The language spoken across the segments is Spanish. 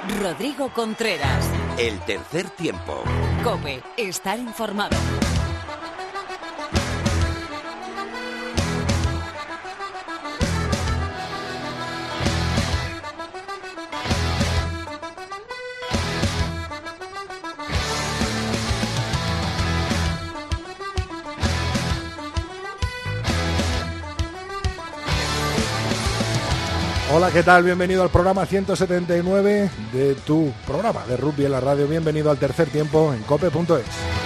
Rodrigo Contreras. El tercer tiempo. COPE. Estar informado. Hola, ¿qué tal? Bienvenido al programa 179 de tu programa de rugby en la radio. Bienvenido al tercer tiempo en cope.es.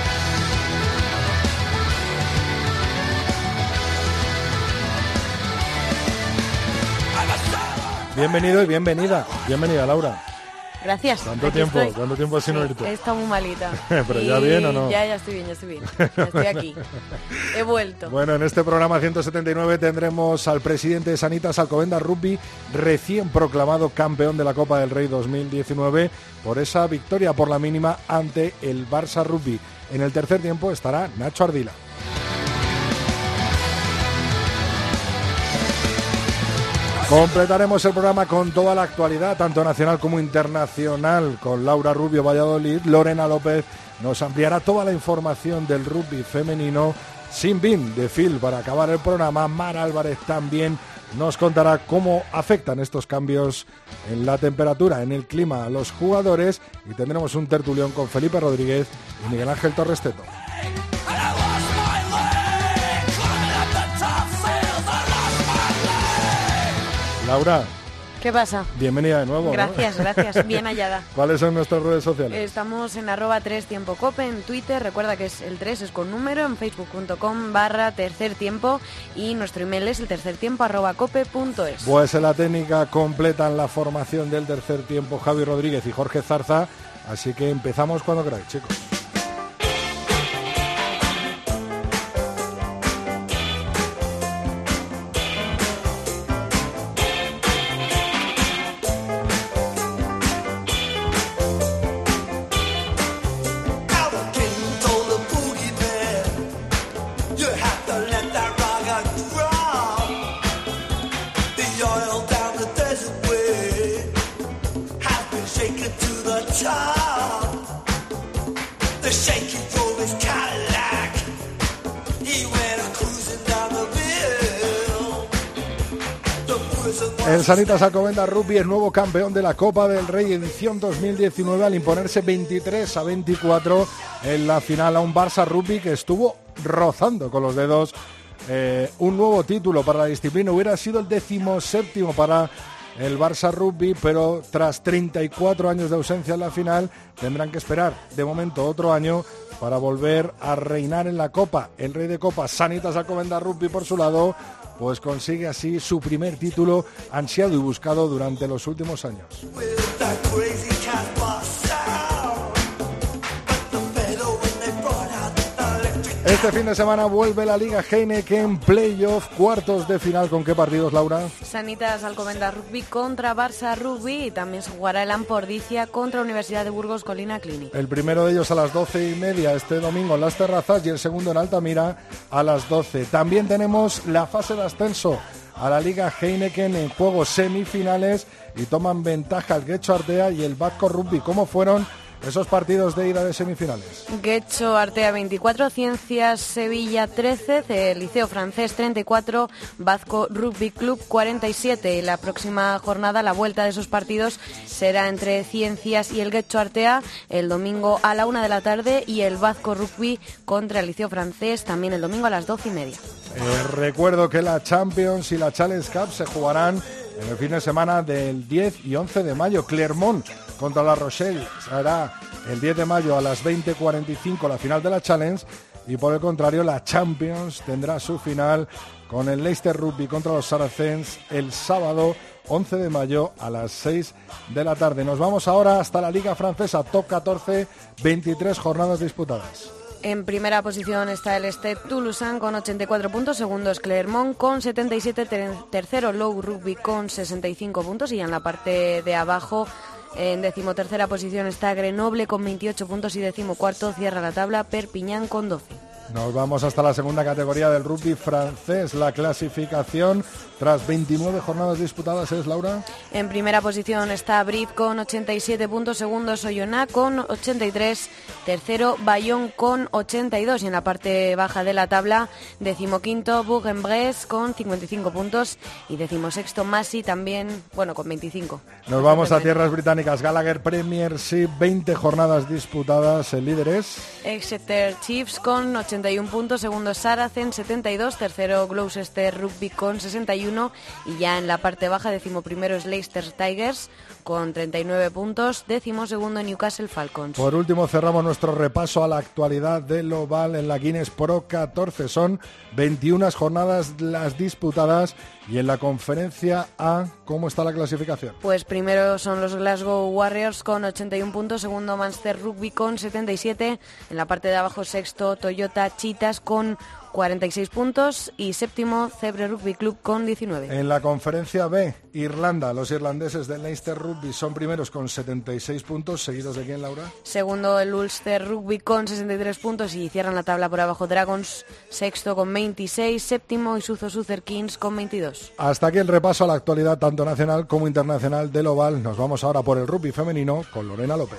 Bienvenido y bienvenida. Bienvenida, Laura. Gracias. ¿Cuánto tiempo sin oírte? He estado muy malita. ¿Pero ya bien o no? Ya estoy bien, Ya estoy aquí. He vuelto. Bueno, en este programa 179 tendremos al presidente de Sanitas Alcobendas Rugby, recién proclamado campeón de la Copa del Rey 2019 por esa victoria por la mínima ante el Barça Rugby. En el tercer tiempo estará Nacho Ardila. Completaremos el programa con toda la actualidad, tanto nacional como internacional, con Laura Rubio Valladolid. Lorena López nos ampliará toda la información del rugby femenino. Sin Bin de Phil para acabar el programa. Mar Álvarez también nos contará cómo afectan estos cambios en la temperatura, en el clima a los jugadores. Y tendremos un tertulión con Felipe Rodríguez y Miguel Ángel Torres Teto. Laura. ¿Qué pasa? Bienvenida de nuevo. Gracias, ¿no? Gracias. Bien hallada. ¿Cuáles son nuestras redes sociales? Estamos en @3tiempocope en Twitter. Recuerda que el 3 es con número, en facebook.com/tercertiempo y nuestro email es eltercertiempo@cope.es. Pues en la técnica completan la formación del tercer tiempo Javi Rodríguez y Jorge Zarza. Así que empezamos cuando queráis, chicos. El Sanitas Alcobendas Rugby es nuevo campeón de la Copa del Rey edición 2019 al imponerse 23-24 en la final a un Barça Rugby que estuvo rozando con los dedos un nuevo título para la disciplina. Hubiera sido el 17º para el Barça Rugby, pero tras 34 años de ausencia en la final tendrán que esperar de momento otro año para volver a reinar en la Copa. El rey de Copa, Sanitas Alcobendas Rugby, por su lado, pues consigue así su primer título ansiado y buscado durante los últimos años. Este fin de semana vuelve la Liga Heineken Playoff, cuartos de final. ¿Con qué partidos, Laura? Sanitas Alcobendas Rugby contra Barça Rugby y también se jugará el Ampordicia contra Universidad de Burgos Colina Clinic. El primero de ellos a las 12:30 este domingo en Las Terrazas y el segundo en Altamira a las 12. También tenemos la fase de ascenso a la Liga Heineken en juegos semifinales y toman ventaja el Guecho Artea y el Vasco Rugby. ¿Cómo fueron esos partidos de ida de semifinales? Guecho Artea 24, Ciencias Sevilla 13, Liceo Francés 34, Vasco Rugby Club 47. Y la próxima jornada, la vuelta de esos partidos será entre Ciencias y el Guecho Artea el domingo a la 1 de la tarde y el Vasco Rugby contra el Liceo Francés también el domingo a las 12:30. Recuerdo que la Champions y la Challenge Cup se jugarán en el fin de semana del 10 y 11 de mayo. Clermont contra La Rochelle será el 10 de mayo a las 20:45 la final de la Challenge, y por el contrario la Champions tendrá su final con el Leicester Rugby contra los Saracens el sábado 11 de mayo a las 6 de la tarde. Nos vamos ahora hasta la Liga Francesa, top 14, 23 jornadas disputadas. En primera posición está el Stade Toulousain con 84 puntos, segundo es Clermont con 77, tercero Low Rugby con 65 puntos y en la parte de abajo en decimotercera posición está Grenoble con 28 puntos y decimocuarto cierra la tabla Perpiñán con 12. Nos vamos hasta la segunda categoría del rugby francés. La clasificación tras 29 jornadas disputadas es, Laura. En primera posición está Brive con 87 puntos, segundo Soyoná con 83, tercero Bayonne con 82 y en la parte baja de la tabla, decimoquinto Bourg-en-Bresse con 55 puntos y decimosexto Massy también, con 25. Nos vamos a tierras británicas. Gallagher Premiership, 20 jornadas disputadas. El líder es Exeter Chiefs con 81 puntos, segundo Saracen 72, tercero Gloucester Rugby con 61 y ya en la parte baja decimoprimero es Leicester Tigers con 39 puntos, decimosegundo Newcastle Falcons. Por último cerramos nuestro repaso a la actualidad del Oval en la Guinness Pro 14. Son 21 jornadas las disputadas y en la conferencia A, ¿cómo está la clasificación? Pues primero son los Glasgow Warriors con 81 puntos, segundo Munster Rugby con 77, en la parte de abajo sexto Toyota Cheetahs con 46 puntos y séptimo Zebre Rugby Club con 19. En la conferencia B, Irlanda, los irlandeses del Leinster Rugby son primeros con 76 puntos, seguidos de quién, Laura? Segundo el Ulster Rugby con 63 puntos y cierran la tabla por abajo Dragons, sexto con 26, séptimo Isuzu Suther Kings con 22. Hasta aquí el repaso a la actualidad tanto nacional como internacional del Oval. Nos vamos ahora por el rugby femenino con Lorena López.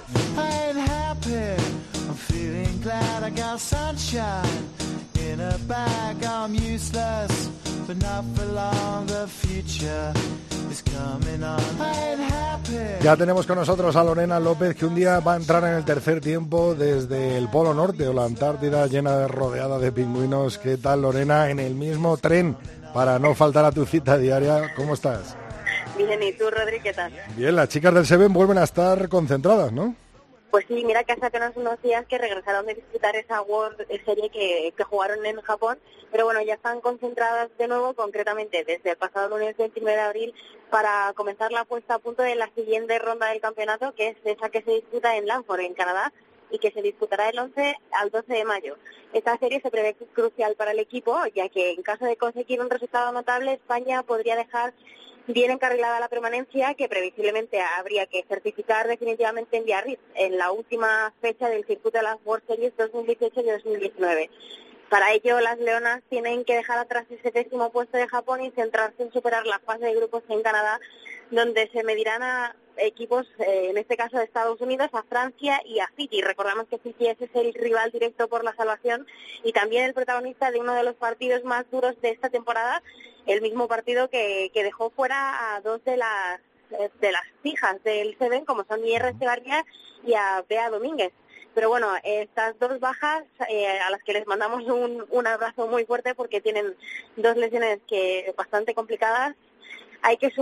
In a bag, I'm useless, but not for long. The future is coming on. I ain't happy. Ya tenemos con nosotros a Lorena López, que un día va a entrar en el tercer tiempo desde el Polo Norte o la Antártida, rodeada de pingüinos. ¿Qué tal, Lorena? En el mismo tren, para no faltar a tu cita diaria. ¿Cómo estás? Bien, ¿y tú, Rodri, qué tal? Bien, las chicas del Seven vuelven a estar concentradas, ¿no? Pues sí, mira que hace apenas unos días que regresaron de disputar esa World Serie que jugaron en Japón, pero bueno, ya están concentradas de nuevo, concretamente desde el pasado lunes 29 de abril, para comenzar la puesta a punto de la siguiente ronda del campeonato, que es esa que se disputa en Langford, en Canadá, y que se disputará del 11 al 12 de mayo. Esta serie se prevé crucial para el equipo, ya que en caso de conseguir un resultado notable, España podría dejar bien encarrilada la permanencia, que previsiblemente habría que certificar definitivamente en Biarritz, en la última fecha del circuito de las World Series 2018 y 2019. Para ello, las leonas tienen que dejar atrás ese 10º puesto de Japón y centrarse en superar la fase de grupos en Canadá, donde se medirán a equipos, en este caso de Estados Unidos, a Francia y a Fiji. Recordamos que Fiji es el rival directo por la salvación y también el protagonista de uno de los partidos más duros de esta temporada, el mismo partido que dejó fuera a dos de las fijas del Seven, como son IR Estebarría y a Bea Domínguez. Pero bueno, estas dos bajas, a las que les mandamos un abrazo muy fuerte porque tienen dos lesiones bastante complicadas, hay que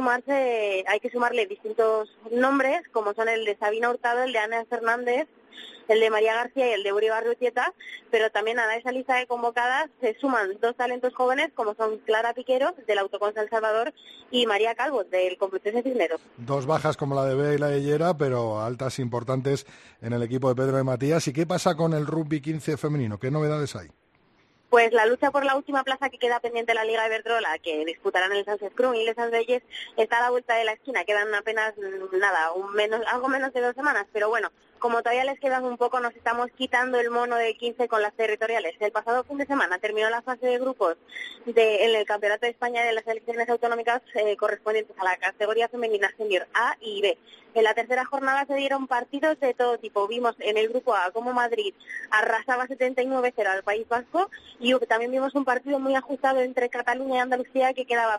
sumarle distintos nombres, como son el de Sabina Hurtado, el de Ana Fernández, el de María García y el de Uri Barrutieta, pero también a esa lista de convocadas se suman dos talentos jóvenes, como son Clara Piquero, del Autoconsa El Salvador, y María Calvo, del Complutense Cisneros. Dos bajas como la de Bea y la de Yera, pero altas importantes en el equipo de Pedro de Matías. ¿Y qué pasa con el rugby 15 femenino? ¿Qué novedades hay? Pues la lucha por la última plaza que queda pendiente de la Liga Iberdrola, que disputarán el Sánchez Cruz y Les Reyes, está a la vuelta de la esquina. Quedan apenas algo menos de 2 semanas, pero bueno, como todavía les quedan un poco, nos estamos quitando el mono de 15 con las territoriales. El pasado fin de semana terminó la fase de grupos en el Campeonato de España de las selecciones autonómicas correspondientes a la categoría femenina senior A y B. En la tercera jornada se dieron partidos de todo tipo. Vimos en el grupo A como Madrid arrasaba 79-0 al País Vasco y también vimos un partido muy ajustado entre Cataluña y Andalucía que quedaba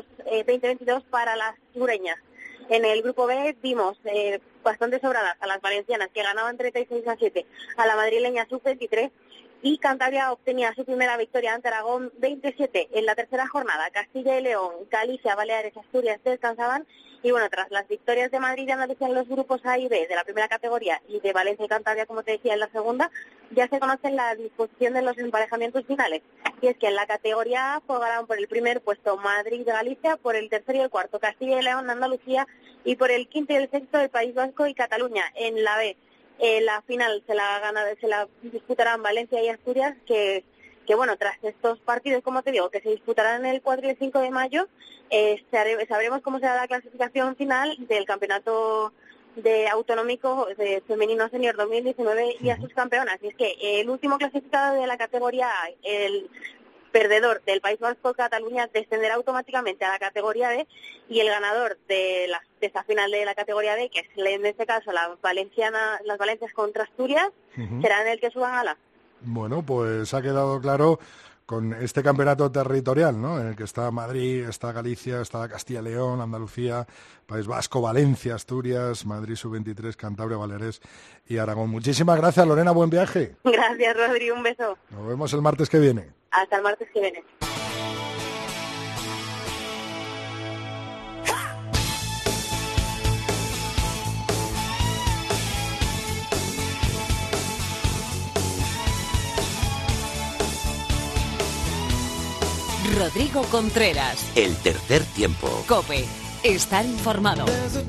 20-22 para las sureñas. En el grupo B vimos bastante sobradas a las valencianas, que ganaban 36-7 a la madrileña sub-23, y Cantabria obtenía su primera victoria ante Aragón 27. En la tercera jornada, Castilla y León, Galicia, Baleares y Asturias descansaban, y bueno, tras las victorias de Madrid y Andalucía en los grupos A y B de la primera categoría y de Valencia y Cantabria, como te decía, en la segunda, ya se conocen la disposición de los emparejamientos finales. Y es que en la categoría A jugarán por el primer puesto Madrid y Galicia, por el tercero y el cuarto Castilla y León, Andalucía, y por el quinto y el sexto el País Vasco y Cataluña. En la B, la final se la disputarán Valencia y Asturias, que bueno, tras estos partidos, como te digo, que se disputarán el 4 y el 5 de mayo, sabremos cómo será la clasificación final del campeonato de autonómico de femenino senior 2019 y a sus campeonas. Y es que el último clasificado de la categoría A, el perdedor del País Vasco, Cataluña, descenderá automáticamente a la categoría D, y el ganador de esta final de la categoría D, que es en este caso las Valencias contra Asturias, serán el que suban a la. Bueno, pues ha quedado claro con este campeonato territorial, ¿no? En el que está Madrid, está Galicia, está Castilla y León, Andalucía, País Vasco, Valencia, Asturias, Madrid Sub-23, Cantabria, Baleares y Aragón. Muchísimas gracias, Lorena, buen viaje. Gracias, Rodri, un beso. Nos vemos el martes que viene. Hasta el martes que viene. Rodrigo Contreras. El tercer tiempo. COPE. Estar informado.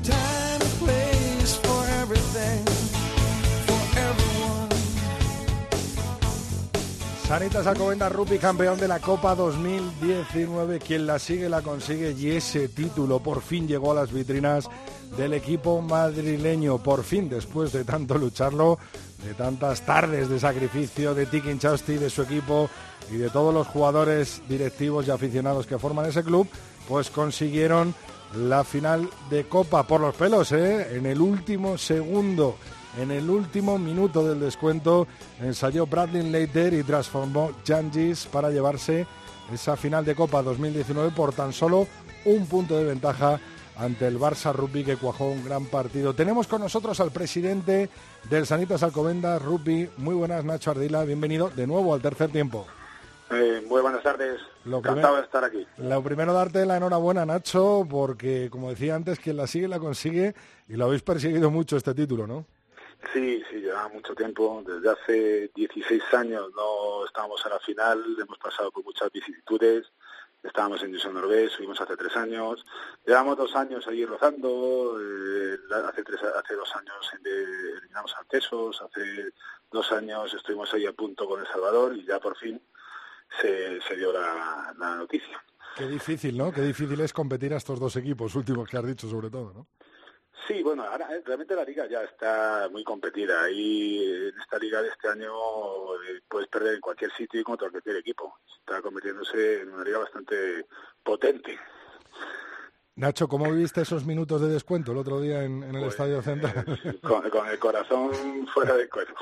Sanitas Alcobendas Rugby, campeón de la Copa 2019. Quien la sigue la consigue, y ese título por fin llegó a las vitrinas del equipo madrileño. Por fin, después de tanto lucharlo, de tantas tardes de sacrificio de Tiki Inchausti, de su equipo y de todos los jugadores, directivos y aficionados que forman ese club, pues consiguieron la final de Copa por los pelos, en el último segundo. En el último minuto del descuento ensayó Bradley Leiter y transformó Jangis para llevarse esa final de Copa 2019 por tan solo un punto de ventaja ante el Barça Rugby, que cuajó un gran partido. Tenemos con nosotros al presidente del Sanitas Alcobendas Rugby. Muy buenas, Nacho Ardila, bienvenido de nuevo al tercer tiempo. Muy buenas tardes, encantado de estar aquí. Lo primero, darte la enhorabuena, Nacho, porque, como decía antes, quien la sigue la consigue, y lo habéis perseguido mucho este título, ¿no? Sí, lleva mucho tiempo. Desde hace 16 años no estábamos en la final, hemos pasado por muchas vicisitudes. Estábamos en División Norvés, subimos hace 3 años. Llevamos 2 años ahí rozando. Hace 2 años eliminamos a Tesos. Hace 2 años estuvimos ahí a punto con El Salvador y ya por fin se dio la noticia. Qué difícil, ¿no? Qué difícil es competir a estos dos equipos últimos que has dicho, sobre todo, ¿no? Sí, bueno, ahora realmente la liga ya está muy competida y en esta liga de este año puedes perder en cualquier sitio y contra cualquier equipo. Está convirtiéndose en una liga bastante potente. Nacho, ¿cómo viviste esos minutos de descuento el otro día en el Estadio Central? Con el corazón fuera del cuerpo.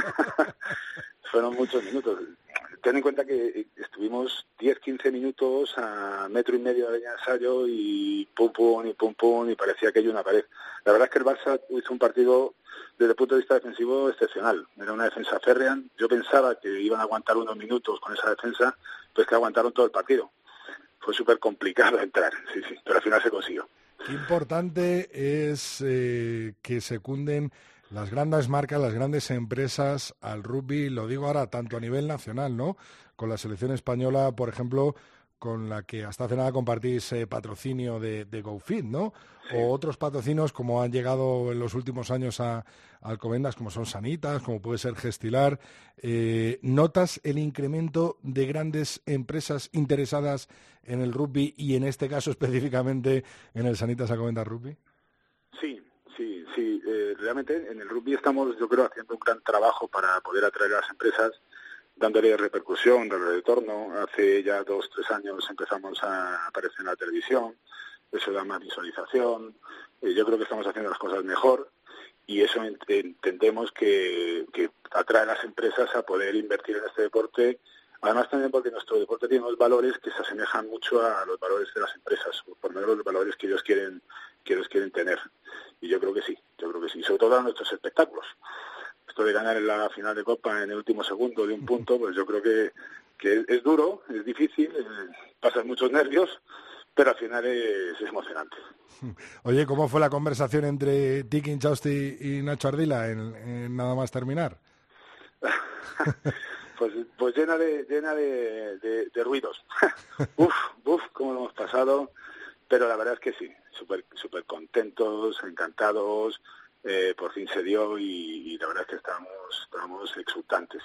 Fueron muchos minutos. Ten en cuenta que estuvimos 10-15 minutos a 1,5 metros de la línea de ensayo y pum pum, y parecía aquello una pared. La verdad es que el Barça hizo un partido desde el punto de vista defensivo excepcional. Era una defensa férrea. Yo pensaba que iban a aguantar unos minutos con esa defensa, pues que aguantaron todo el partido. Fue súper complicado entrar, sí, pero al final se consiguió. Qué importante es que secunden las grandes marcas, las grandes empresas al rugby, lo digo ahora tanto a nivel nacional, ¿no? Con la selección española, por ejemplo, con la que hasta hace nada compartís patrocinio de GoFit, ¿no? Sí. O otros patrocinios como han llegado en los últimos años a Alcobendas, como son Sanitas, como puede ser Gestilar. ¿Notas el incremento de grandes empresas interesadas en el rugby y en este caso específicamente en el Sanitas Alcobendas Rugby? Sí. Realmente en el rugby estamos, yo creo, haciendo un gran trabajo para poder atraer a las empresas, dándole repercusión, dándole retorno. Hace ya 2-3 años empezamos a aparecer en la televisión, eso da más visualización. Yo creo que estamos haciendo las cosas mejor y eso entendemos que atrae a las empresas a poder invertir en este deporte. Además también porque nuestro deporte tiene unos valores que se asemejan mucho a los valores de las empresas, o por lo menos los valores que ellos quieren tener. Y yo creo que sí, sobre todo a nuestros espectáculos. Esto de ganar en la final de Copa en el último segundo de un punto, pues yo creo que es duro, es difícil, pasan muchos nervios, pero al final es emocionante. Oye, ¿cómo fue la conversación entre Tiki Inchausti y Nacho Ardila en nada más terminar? Pues llena de ruidos. Uf, cómo lo hemos pasado. Pero la verdad es que sí, súper contentos, encantados, por fin se dio y la verdad es que estamos exultantes.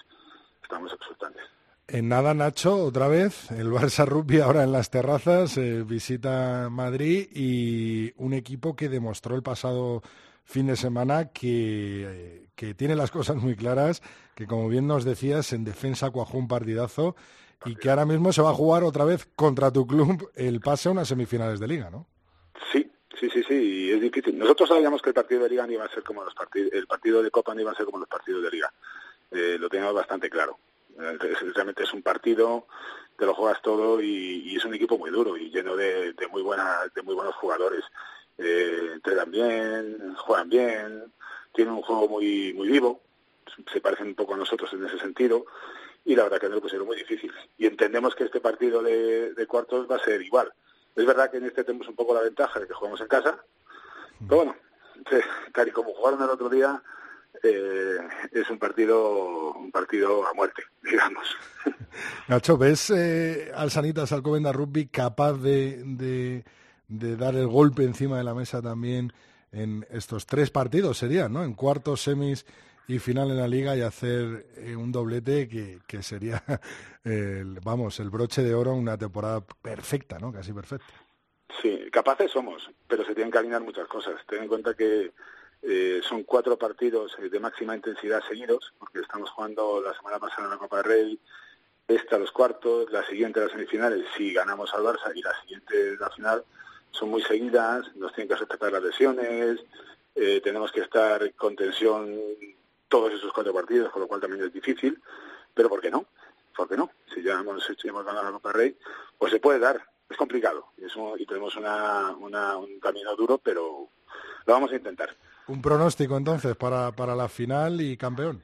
En nada, Nacho, otra vez, el Barça Rugby ahora en las terrazas, visita Madrid y un equipo que demostró el pasado fin de semana que tiene las cosas muy claras, que como bien nos decías, en defensa cuajó un partidazo y que ahora mismo se va a jugar otra vez contra tu club el pase a unas semifinales de Liga, ¿no? Sí, y es difícil. Nosotros sabíamos que el partido de Liga no iba a ser como el partido de Copa no iba a ser como los partidos de Liga. Lo teníamos bastante claro. Realmente es un partido, te lo juegas todo y es un equipo muy duro y lleno de muy buenos jugadores. Entrenan bien, juegan bien, tienen un juego muy vivo, se parecen un poco a nosotros en ese sentido y la verdad que nos lo pusieron muy difícil. Y entendemos que este partido de cuartos va a ser igual. Es verdad que en este tenemos un poco la ventaja de que jugamos en casa, pero bueno, tal y como jugaron el otro día, es un partido a muerte, digamos. Nacho, ¿ves al Sanitas Alcobendas Rugby capaz de dar el golpe encima de la mesa también en estos 3 partidos serían, ¿no? En cuartos, semis y final en la Liga y hacer un doblete que sería, el broche de oro, una temporada perfecta, ¿no? Casi perfecta. Sí, capaces somos, pero se tienen que alinear muchas cosas. Ten en cuenta que son 4 partidos de máxima intensidad seguidos, porque estamos jugando la semana pasada en la Copa del Rey, los cuartos, la siguiente las semifinales, si ganamos al Barça, y la siguiente la final, son muy seguidas, nos tienen que respetar las lesiones, tenemos que estar con tensión todos esos 4 partidos, con lo cual también es difícil, pero ¿por qué no? Si ya hemos ganado la Copa del Rey, pues se puede dar, es complicado, y tenemos un camino duro, pero lo vamos a intentar. Un pronóstico entonces para la final y campeón.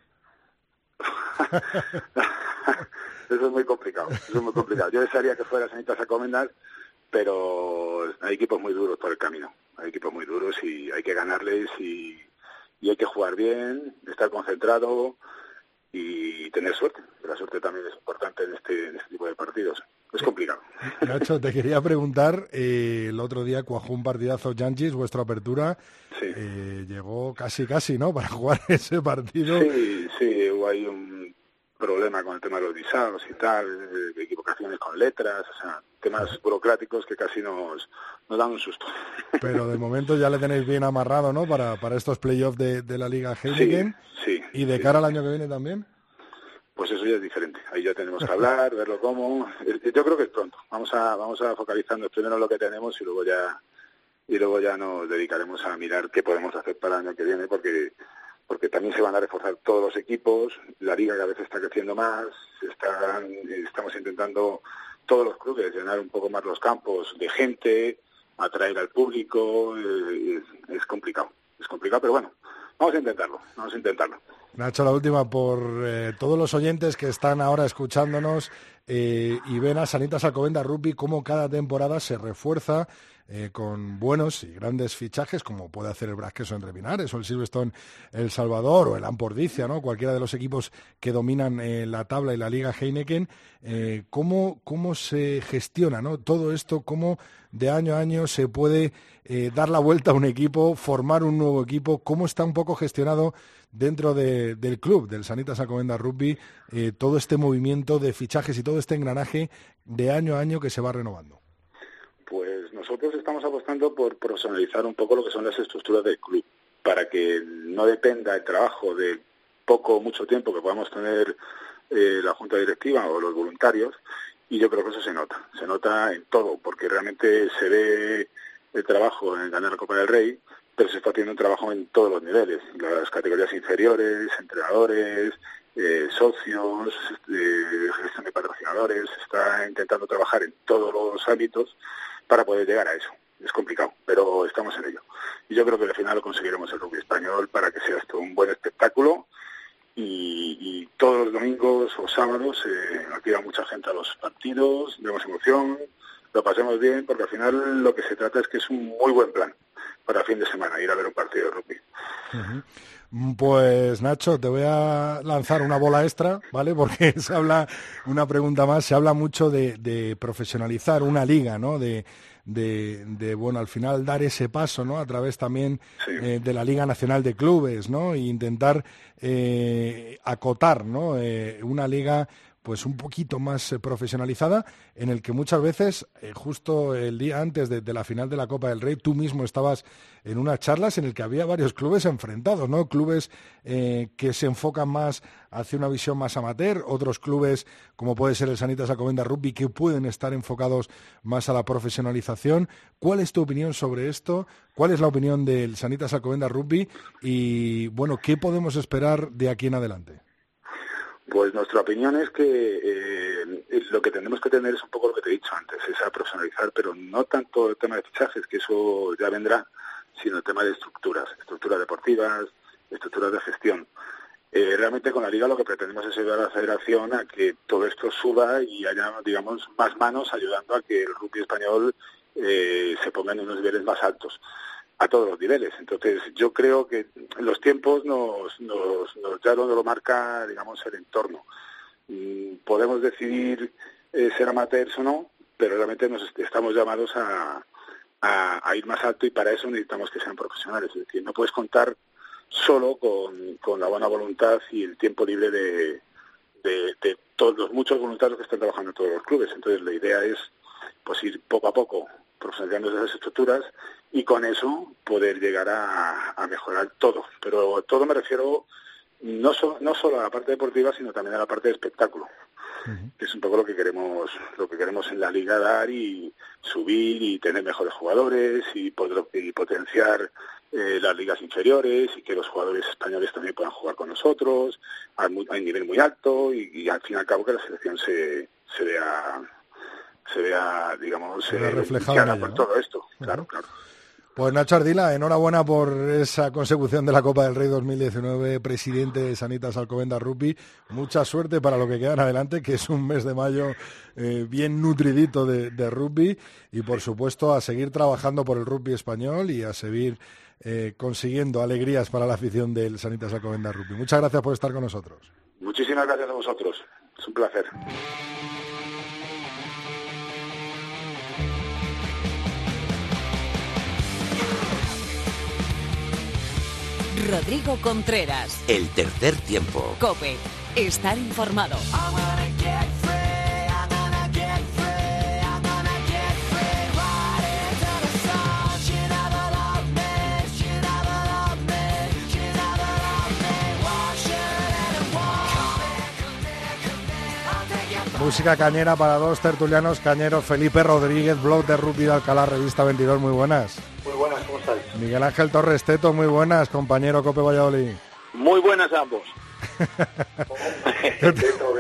Eso es muy complicado. Yo desearía que fuera Sanitas Alcobendas, pero hay equipos muy duros por el camino. Hay equipos muy duros y hay que ganarles y hay que jugar bien, estar concentrado y tener suerte. La suerte también es importante en este tipo de partidos. Es complicado. Nacho, te quería preguntar, el otro día cuajó un partidazo Yankees, vuestra apertura, sí. Llegó casi, ¿no?, para jugar ese partido. Sí, hubo ahí un problema con el tema de los visados y tal, de equivocaciones con letras, o sea, temas burocráticos que casi nos dan un susto. Pero de momento ya le tenéis bien amarrado, ¿no?, para estos playoffs de la Liga Heineken. Sí. ¿Y de cara al año que viene también? Pues eso ya es diferente. Ahí ya tenemos que hablar, verlo cómo. Yo creo que es pronto. Vamos a focalizarnos primero en lo que tenemos y luego ya nos dedicaremos a mirar qué podemos hacer para el año que viene, porque también se van a reforzar todos los equipos. La liga cada vez está creciendo más. Estamos intentando todos los clubes llenar un poco más los campos de gente, atraer al público. Es complicado, pero bueno, vamos a intentarlo. Nacho, la última por todos los oyentes que están ahora escuchándonos y ven a Sanitas Alcobendas Rugby cómo cada temporada se refuerza con buenos y grandes fichajes, como puede hacer el Brasqueso en Repinares o el Silverstone El Salvador o el Ampordicia, ¿no?, cualquiera de los equipos que dominan la tabla y la Liga Heineken. ¿Cómo se gestiona, ¿no?, todo esto? ¿Cómo de año a año se puede dar la vuelta a un equipo, formar un nuevo equipo? ¿Cómo está un poco gestionado dentro del club, del Sanitas Alcobendas Rugby, todo este movimiento de fichajes y todo este engranaje de año a año que se va renovando? Pues nosotros estamos apostando por profesionalizar un poco lo que son las estructuras del club, para que no dependa el trabajo de poco o mucho tiempo que podamos tener la junta directiva o los voluntarios, y yo creo que eso se nota en todo, porque realmente se ve el trabajo en ganar la Copa del Rey, pero se está haciendo un trabajo en todos los niveles, las categorías inferiores, entrenadores, socios, gestión de patrocinadores. Se está intentando trabajar en todos los ámbitos para poder llegar a eso. Es complicado, pero estamos en ello. Y yo creo que al final lo conseguiremos el rugby español para que sea esto un buen espectáculo y todos los domingos o sábados aquí va mucha gente a los partidos, vemos emoción, lo pasemos bien, porque al final lo que se trata es que es un muy buen plan para fin de semana, ir a ver un partido de rugby. Uh-huh. Pues Nacho, te voy a lanzar una bola extra, ¿vale? Porque se habla, una pregunta más, se habla mucho de profesionalizar una liga, ¿no? De bueno, al final dar ese paso, ¿no?, a través también de la Liga Nacional de Clubes, ¿no?, e intentar acotar, ¿no?, una liga pues un poquito más profesionalizada, en el que muchas veces, justo el día antes de la final de la Copa del Rey, tú mismo estabas en unas charlas en el que había varios clubes enfrentados, ¿no? Clubes que se enfocan más hacia una visión más amateur, otros clubes, como puede ser el Sanitas Alcobendas Rugby, que pueden estar enfocados más a la profesionalización. ¿Cuál es tu opinión sobre esto? ¿Cuál es la opinión del Sanitas Alcobendas Rugby? Y, bueno, ¿qué podemos esperar de aquí en adelante? Pues nuestra opinión es que lo que tenemos que tener es un poco lo que te he dicho antes, es a profesionalizar, pero no tanto el tema de fichajes, que eso ya vendrá, sino el tema de estructuras deportivas, estructuras de gestión. Realmente con la Liga lo que pretendemos es ayudar a la Federación a que todo esto suba y haya, digamos, más manos ayudando a que el rugby español se ponga en unos niveles más altos, a todos los niveles. Entonces yo creo que los tiempos ya lo marca, digamos, el entorno. Podemos decidir ser amateurs o no, pero realmente estamos llamados a ir más alto, y para eso necesitamos que sean profesionales. Es decir, no puedes contar solo con la buena voluntad y el tiempo libre de todos los muchos voluntarios que están trabajando en todos los clubes. Entonces la idea es pues ir poco a poco profesionalizando esas estructuras y con eso poder llegar a mejorar todo. Pero todo me refiero no solo a la parte deportiva, sino también a la parte de espectáculo. Que es un poco lo que queremos en la Liga, dar y subir y tener mejores jugadores y potenciar las ligas inferiores, y que los jugadores españoles también puedan jugar con nosotros a un nivel muy alto, y al fin y al cabo que la selección se vea digamos, reflejada por ¿no? todo esto. Claro. Pues Nacho Ardila, enhorabuena por esa consecución de la Copa del Rey 2019, presidente de Sanitas Alcobendas Rugby. Mucha suerte para lo que queda en adelante, que es un mes de mayo bien nutridito de rugby, y por supuesto a seguir trabajando por el rugby español y a seguir consiguiendo alegrías para la afición del Sanitas Alcobendas Rugby. Muchas gracias por estar con nosotros. Muchísimas gracias a vosotros. Es un placer. Rodrigo Contreras. El tercer tiempo. COPE. Estar informado. Música cañera para dos tertulianos cañeros, Felipe Rodríguez, blog de Rugby de Alcalá, Revista 22, muy buenas. Muy buenas, ¿cómo estáis? Miguel Ángel Torres Teto, muy buenas, compañero COPE Valladolid. Muy buenas ambos. ¿Qué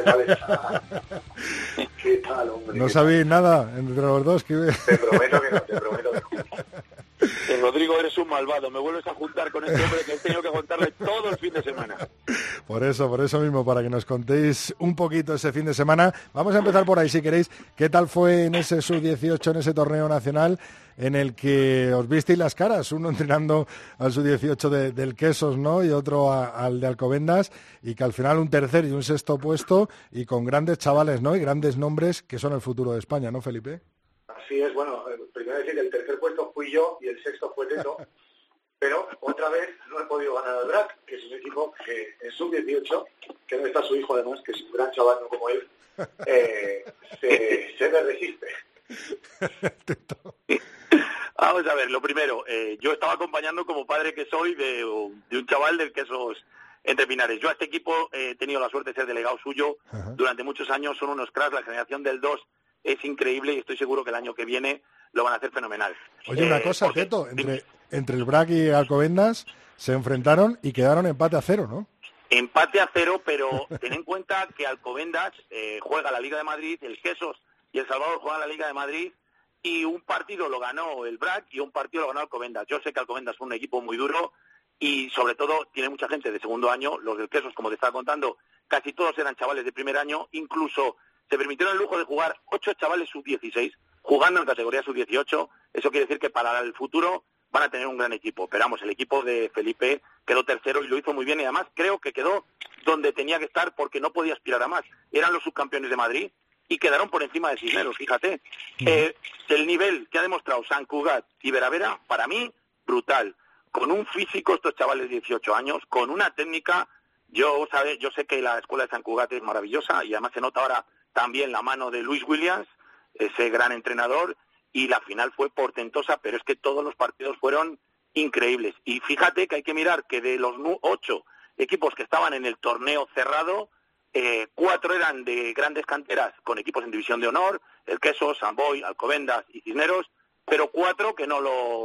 tal, hombre? ¿No sabéis nada entre los dos? Te prometo que no. Rodrigo, eres un malvado. Me vuelves a juntar con este hombre que he tenido que contarle todo el fin de semana. Por eso mismo, para que nos contéis un poquito ese fin de semana. Vamos a empezar por ahí, si queréis. ¿Qué tal fue en ese sub-18, en ese torneo nacional, en el que os visteis las caras? Uno entrenando al sub-18 del Quesos, ¿no? Y otro al de Alcobendas, y que al final un tercer y un sexto puesto, y con grandes chavales, ¿no? Y grandes nombres que son el futuro de España, ¿no, Felipe? Así es, bueno, primero decir que el tercer puesto fui yo y el sexto fue Teto, pero otra vez no he podido ganar al BRAC, que es un equipo que en sub-18, que no está su hijo además, que es un gran chaval no como él, se me resiste. Vamos a ver, lo primero, yo estaba acompañando como padre que soy de un chaval del Quesos entre Pinares. Yo a este equipo he tenido la suerte de ser delegado suyo. Ajá. Durante muchos años, son unos cracks, la generación del 2 es increíble, y estoy seguro que el año que viene lo van a hacer fenomenal. Oye, una cosa, Teto, entre el BRAC y Alcobendas se enfrentaron y quedaron empate a 0, ¿no? Empate a 0, pero ten en cuenta que Alcobendas juega la Liga de Madrid, el Quesos y El Salvador juegan la Liga de Madrid, y un partido lo ganó el BRAC y un partido lo ganó Alcobendas. Yo sé que Alcobendas es un equipo muy duro y sobre todo tiene mucha gente de segundo año. Los del Quesos, como te estaba contando, casi todos eran chavales de primer año, incluso se permitieron el lujo de jugar 8 chavales sub-16 jugando en categoría sub-18. Eso quiere decir que para el futuro van a tener un gran equipo. Pero vamos, el equipo de Felipe quedó tercero y lo hizo muy bien, y además creo que quedó donde tenía que estar porque no podía aspirar a más. Eran los subcampeones de Madrid y quedaron por encima de Cisneros, fíjate. El nivel que ha demostrado Sant Cugat y Veravera, para mí, brutal. Con un físico, estos chavales de 18 años, con una técnica Yo sé que la escuela de Sant Cugat es maravillosa y además se nota ahora también la mano de Luis Williams, ese gran entrenador, y la final fue portentosa, pero es que todos los partidos fueron increíbles. Y fíjate que hay que mirar que de los 8 equipos que estaban en el torneo cerrado, 4 eran de grandes canteras con equipos en división de honor, el Quesos, Sant Boi, Alcobendas y Cisneros, pero 4 que no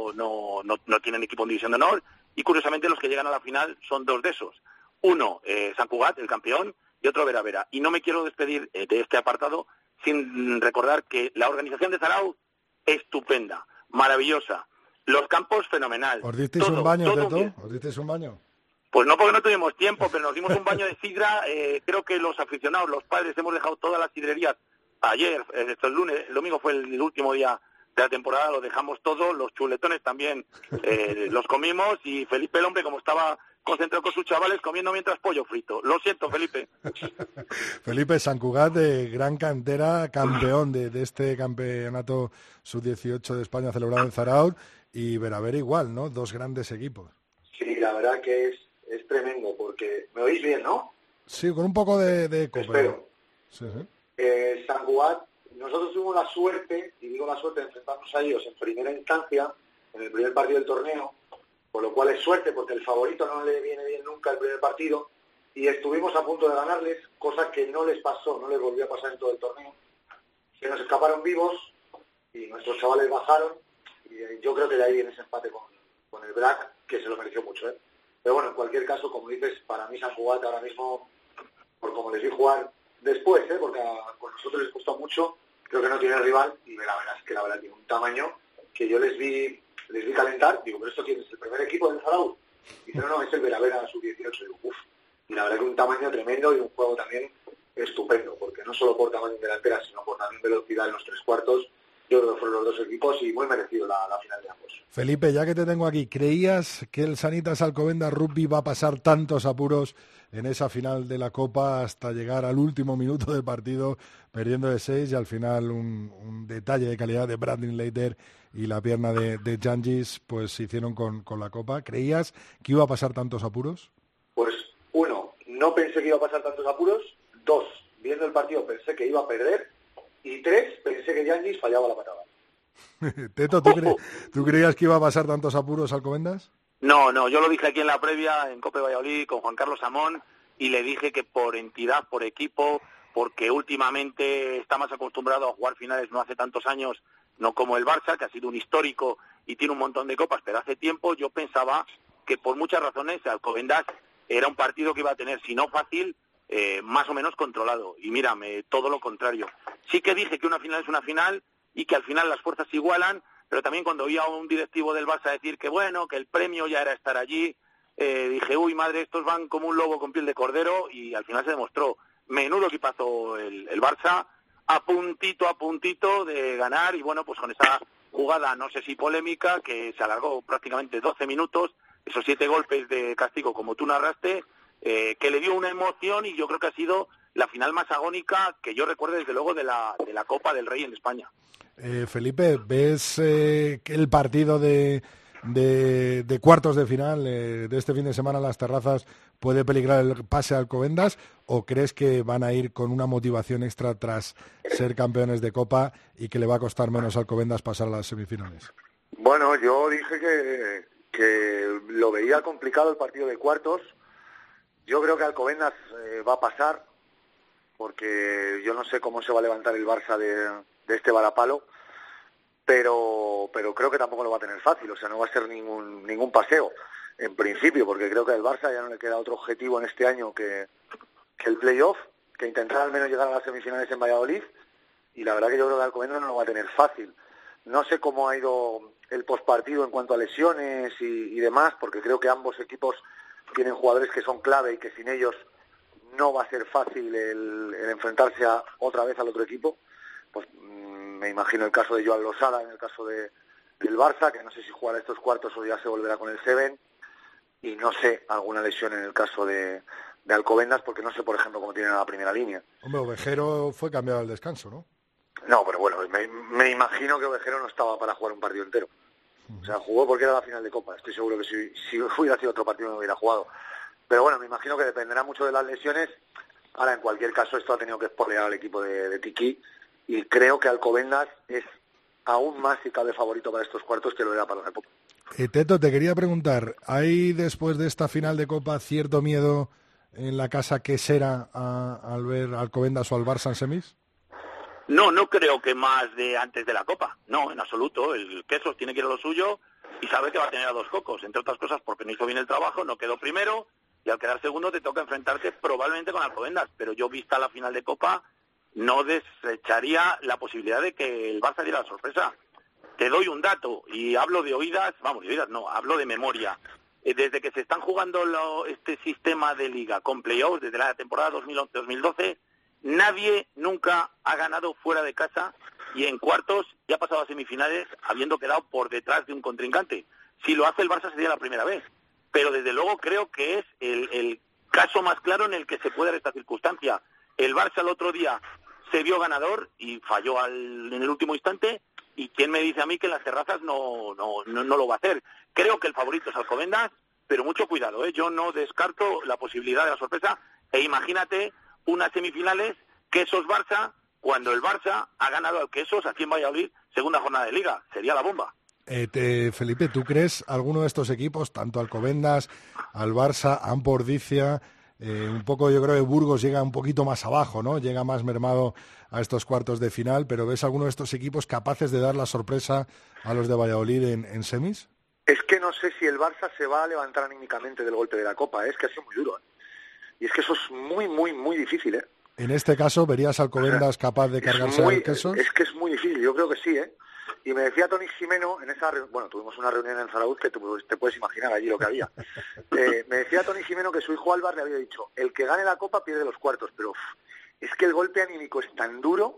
tienen equipo en división de honor, y curiosamente los que llegan a la final son 2 de esos. Uno, Sant Cugat, el campeón, y otro Vera Vera. Y no me quiero despedir de este apartado sin recordar que la organización de Zarauz, estupenda, maravillosa. Los campos, fenomenal. ¿Os disteis un baño, Teto? ¿Os disteis un baño? Pues no, porque no tuvimos tiempo, pero nos dimos un baño de sidra. Creo que los aficionados, los padres, hemos dejado todas las sidrerías ayer, el domingo fue el último día de la temporada, lo dejamos todo, los chuletones también los comimos, y Felipe, el hombre, como estaba concentrado con sus chavales, comiendo mientras pollo frito. Lo siento, Felipe. Felipe, Sant Cugat, gran cantera, campeón de este campeonato sub-18 de España celebrado en Zarauz, y Vera Vera igual, ¿no? 2 grandes equipos. Sí, la verdad que es tremendo, porque me oís bien, ¿no? Sí, con un poco de eco. Espero. Sí. Sant Cugat, nosotros tuvimos la suerte, y digo la suerte, de enfrentarnos a ellos en primera instancia, en el primer partido del torneo, por lo cual es suerte, porque el favorito no le viene bien nunca el primer partido, y estuvimos a punto de ganarles, cosa que no les pasó, no les volvió a pasar en todo el torneo. Se nos escaparon vivos, y nuestros chavales bajaron, y yo creo que de ahí viene ese empate con el BRAC, que se lo mereció mucho, ¿eh? Pero bueno, en cualquier caso, como dices, para mí Sant Cugat ahora mismo, por como les vi jugar después, porque con nosotros les costó mucho, creo que no tiene rival, y la verdad es que la verdad tiene un tamaño que yo les vi calentar. Digo, pero ¿esto quién es? ¿El primer equipo del Zarauz? Y dice, no, es el Vera Vera sub-18. Digo, uff. Y la verdad que un tamaño tremendo y un juego también estupendo, porque no solo por tamaño en delantera, sino por también velocidad en los 3/4. Yo creo que fueron los 2 equipos y muy merecido la final de ambos. Felipe, ya que te tengo aquí, ¿creías que el Sanitas Alcobendas Rugby va a pasar tantos apuros en esa final de la Copa hasta llegar al último minuto del partido, perdiendo de 6, y al final un detalle de calidad de Bradley Leiter y la pierna de Jangis pues se hicieron con la Copa? ¿Creías que iba a pasar tantos apuros? Pues 1, no pensé que iba a pasar tantos apuros. 2, viendo el partido pensé que iba a perder. Y 3, pensé que Jangis fallaba la patada. Teto, ¿tú creías que iba a pasar tantos apuros Alcobendas? No, yo lo dije aquí en la previa, en Cope Valladolid, con Juan Carlos Amón, y le dije que por entidad, por equipo, porque últimamente está más acostumbrado a jugar finales no hace tantos años, no como el Barça, que ha sido un histórico y tiene un montón de copas, pero hace tiempo yo pensaba que por muchas razones Alcobendas era un partido que iba a tener, si no fácil, más o menos controlado. Y mírame, todo lo contrario. Sí que dije que una final es una final y que al final las fuerzas se igualan, pero también cuando oía a un directivo del Barça decir que bueno, que el premio ya era estar allí, dije, uy madre, estos van como un lobo con piel de cordero, y al final se demostró menudo equipazo el Barça, a puntito de ganar, y bueno, pues con esa jugada, no sé si polémica, que se alargó prácticamente 12 minutos, esos 7 golpes de castigo como tú narraste, que le dio una emoción, y yo creo que ha sido la final más agónica que yo recuerdo desde luego de la Copa del Rey en España. Felipe, ¿ves que el partido de cuartos de final de este fin de semana en Las Terrazas puede peligrar el pase a Alcobendas, o crees que van a ir con una motivación extra tras ser campeones de Copa y que le va a costar menos a Alcobendas pasar a las semifinales? Bueno, yo dije que lo veía complicado el partido de cuartos. Yo creo que Alcobendas va a pasar, porque yo no sé cómo se va a levantar el Barça de este varapalo, pero creo que tampoco lo va a tener fácil, o sea, no va a ser ningún paseo, en principio, porque creo que al Barça ya no le queda otro objetivo en este año que el playoff, que intentar al menos llegar a las semifinales en Valladolid, y la verdad que yo creo que Alcobendas no lo va a tener fácil. No sé cómo ha ido el postpartido en cuanto a lesiones y demás, porque creo que ambos equipos tienen jugadores que son clave y que sin ellos no va a ser fácil el enfrentarse otra vez al otro equipo. Pues me imagino el caso de Joan Losada, en el caso del Barça, que no sé si jugará estos cuartos o ya se volverá con el Seven, y no sé, alguna lesión en el caso de Alcobendas, porque no sé, por ejemplo, cómo tienen a la primera línea. Hombre, Ovejero fue cambiado al descanso, ¿no? No, pero bueno, me imagino que Ovejero no estaba para jugar un partido entero. O sea, jugó porque era la final de Copa. Estoy seguro que si hubiera sido otro partido no hubiera jugado. Pero bueno, me imagino que dependerá mucho de las lesiones. Ahora, en cualquier caso, esto ha tenido que espolear al equipo de Tiki, y creo que Alcobendas es aún más, si cabe, favorito para estos cuartos que lo era para la Copa. Teto, te quería preguntar, ¿hay después de esta final de Copa cierto miedo en la casa quesera al ver Alcobendas o al Barça en semis? No creo que más de antes de la Copa. No, en absoluto. El Quesos tiene que ir a lo suyo y sabe que va a tener a 2 cocos, entre otras cosas porque no hizo bien el trabajo, no quedó primero, y al quedar segundo te toca enfrentarte probablemente con Alcobendas. Pero yo, vista la final de Copa, no desecharía la posibilidad de que el Barça diera la sorpresa. Te doy un dato, y hablo de oídas, hablo de memoria. Desde que se están jugando este sistema de liga con playoffs, desde la temporada 2011-2012, nadie nunca ha ganado fuera de casa, y en cuartos ya ha pasado a semifinales habiendo quedado por detrás de un contrincante. Si lo hace el Barça sería la primera vez, pero desde luego creo que es el caso más claro en el que se puede dar esta circunstancia. El Barça el otro día se vio ganador y falló en el último instante, y quién me dice a mí que en las terrazas no lo va a hacer. Creo que el favorito es Alcobendas, pero mucho cuidado, yo no descarto la posibilidad de la sorpresa, e imagínate unas semifinales Quesos-Barça, cuando el Barça ha ganado al Quesos aquí en Valladolid, segunda jornada de Liga. Sería la bomba. Felipe, ¿tú crees alguno de estos equipos, tanto Alcobendas, al Barça, Ampo Ordicia, un poco, yo creo que Burgos llega un poquito más abajo, ¿no? Llega más mermado a estos cuartos de final, pero ¿ves alguno de estos equipos capaces de dar la sorpresa a los de Valladolid en semis? Es que no sé si el Barça se va a levantar anímicamente del golpe de la Copa, es que ha sido muy duro, Y es que eso es muy, muy, muy difícil, En este caso, ¿verías a Alcobendas capaz de cargarse al Quesos? Es que es muy difícil, yo creo que sí, Y me decía Toni Ximeno, en esa tuvimos una reunión en Zarauz que te puedes imaginar allí lo que había. Me decía Toni Ximeno que su hijo Álvaro le había dicho, el que gane la Copa pierde los cuartos, pero es que el golpe anímico es tan duro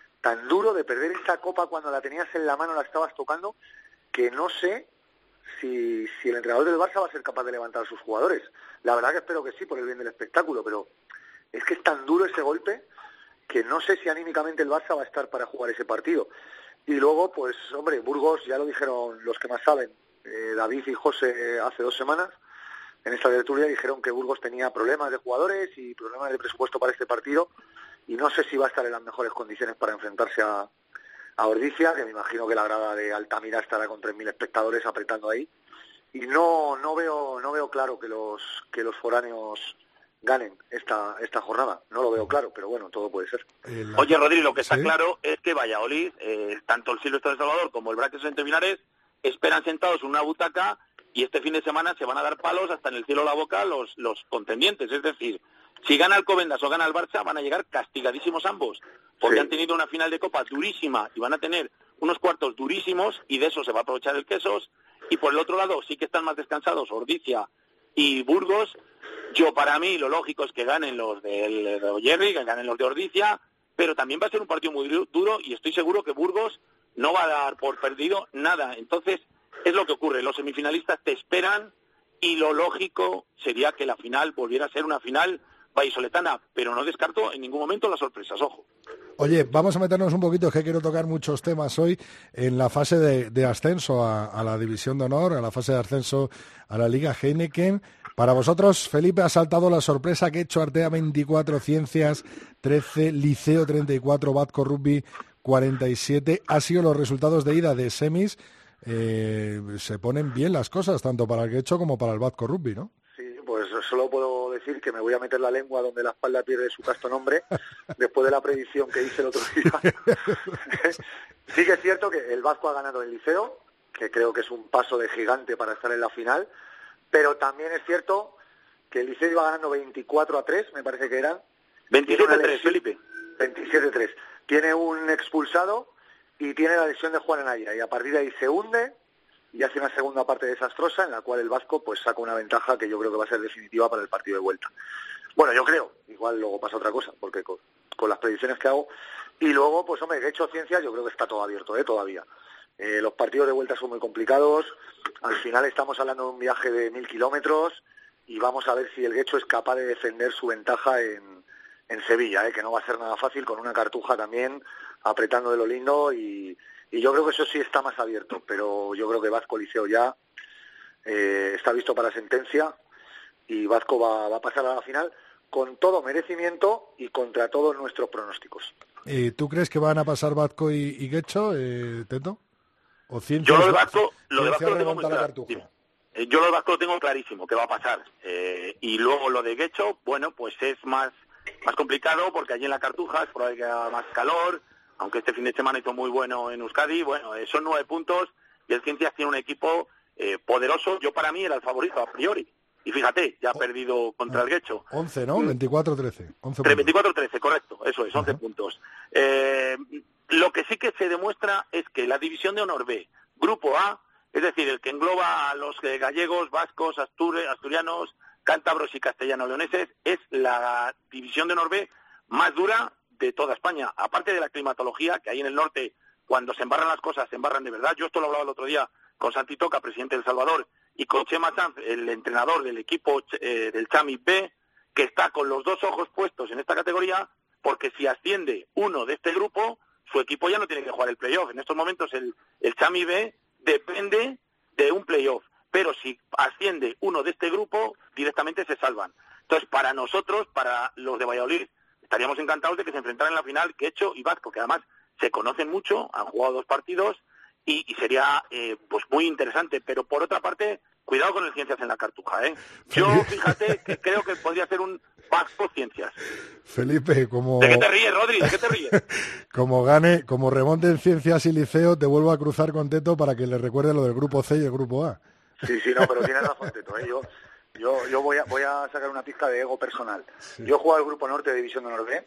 de perder esta Copa cuando la tenías en la mano, la estabas tocando, que no sé si el entrenador del Barça va a ser capaz de levantar a sus jugadores. La verdad que espero que sí, por el bien del espectáculo, pero es que es tan duro ese golpe que no sé si anímicamente el Barça va a estar para jugar ese partido. Y luego, pues, hombre, Burgos, ya lo dijeron los que más saben, David y José hace 2 semanas, en esta tertulia dijeron que Burgos tenía problemas de jugadores y problemas de presupuesto para este partido, y no sé si va a estar en las mejores condiciones para enfrentarse a Ordicia, que me imagino que la grada de Altamira estará con 3.000 espectadores apretando ahí, y no veo claro que los foráneos ganen esta jornada. No lo veo claro, pero bueno, todo puede ser. Oye, Rodri, lo que está claro es que Valladolid, tanto el Silvestre de Salvador como el Braques Entre Pinares, esperan sentados en una butaca, y este fin de semana se van a dar palos hasta en el cielo de la boca los contendientes. Es decir, si gana Alcobendas o gana el Barça, van a llegar castigadísimos ambos, porque han tenido una final de Copa durísima y van a tener unos cuartos durísimos, y de eso se va a aprovechar el Quesos. Y por el otro lado sí que están más descansados Ordicia y Burgos. Para mí lo lógico es que ganen los de Ojerri, que ganen los de Ordicia, pero también va a ser un partido muy duro, y estoy seguro que Burgos no va a dar por perdido nada. Entonces, es lo que ocurre, los semifinalistas te esperan, y lo lógico sería que la final volviera a ser una final vallisoletana, pero no descarto en ningún momento las sorpresas, ojo. Oye, vamos a meternos un poquito, es que quiero tocar muchos temas hoy en la fase de ascenso a la División de Honor, a la fase de ascenso a la Liga Heineken. Para vosotros, Felipe, ha saltado la sorpresa que Hecho Artea 24, Ciencias 13, Liceo 34, Batco Rugby 47. Ha sido los resultados de ida de semis. Se ponen bien las cosas, tanto para el Hecho como para el Batco Rugby, ¿no? Sí, pues solo puedo decir que me voy a meter la lengua donde la espalda pierde su casto nombre, después de la predicción que hice el otro día. Sí que es cierto que el Batco ha ganado el Liceo, que creo que es un paso de gigante para estar en la final, pero también es cierto que el Liceo iba ganando 24-3, me parece que eran. 27-3, Felipe. 27-3. Tiene un expulsado y tiene la lesión de Juan Anaya, y a partir de ahí se hunde y hace una segunda parte desastrosa en la cual el Vasco pues saca una ventaja que yo creo que va a ser definitiva para el partido de vuelta. Bueno, yo creo, igual luego pasa otra cosa, porque con las predicciones que hago. Y luego, pues hombre, que Hecho Ciencias yo creo que está todo abierto, todavía. Los partidos de vuelta son muy complicados. Al final estamos hablando de un viaje de 1.000 kilómetros y vamos a ver si el Guecho es capaz de defender su ventaja en Sevilla, que no va a ser nada fácil, con una Cartuja también apretando de lo lindo, y yo creo que eso sí está más abierto, pero yo creo que Vasco Liceo ya está visto para sentencia, y Vasco va a pasar a la final con todo merecimiento y contra todos nuestros pronósticos. ¿Tú crees que van a pasar Vazco y Guecho, Teto? ¿O Ciencias, yo lo de Vasco lo tengo muy la claro. Cartuja? Yo lo de Vasco lo tengo clarísimo, que va a pasar. Y luego lo de Guecho, bueno, pues es más complicado porque allí en la Cartuja es probable que haya más calor, aunque este fin de semana hizo muy bueno en Euskadi. Bueno, son 9 puntos y el Ciencias tiene un equipo poderoso. Yo para mí era el favorito a priori. Y fíjate, ya ha perdido contra el Guecho. 11, ¿no? 24-13. 24-13, correcto, eso es, 11 Ajá. puntos. Lo que sí que se demuestra es que la división de honor B, Grupo A, es decir, el que engloba a los gallegos, vascos, asturianos, cántabros y castellano-leoneses, es la división de honor B más dura de toda España. Aparte de la climatología, que ahí en el norte, cuando se embarran las cosas, se embarran de verdad. Yo esto lo hablaba el otro día con Santi Toca, presidente de El Salvador, y con Chema Sanz, el entrenador del equipo del Chami B, que está con los 2 ojos puestos en esta categoría, porque si asciende uno de este grupo, su equipo ya no tiene que jugar el playoff. En estos momentos el Chami B depende de un playoff, pero si asciende uno de este grupo, directamente se salvan. Entonces, para nosotros, para los de Valladolid, estaríamos encantados de que se enfrentaran en la final Guecho y Vasco, que además se conocen mucho, han jugado 2 partidos, y sería pues muy interesante. Pero por otra parte, cuidado con el Ciencias en la Cartuja, ¿eh? Yo, fíjate, que creo que podría ser un Vasco Ciencias. Felipe, como... ¿De qué te ríes, Rodri? ¿De qué te ríes? como remonte en Ciencias y Liceo, te vuelvo a cruzar con Teto para que le recuerde lo del Grupo C y el Grupo A. Sí, no, pero tienes razón, Teto, ¿eh? Yo voy a sacar una pizca de ego personal. Sí. Yo he jugado el Grupo Norte de División de Honor B,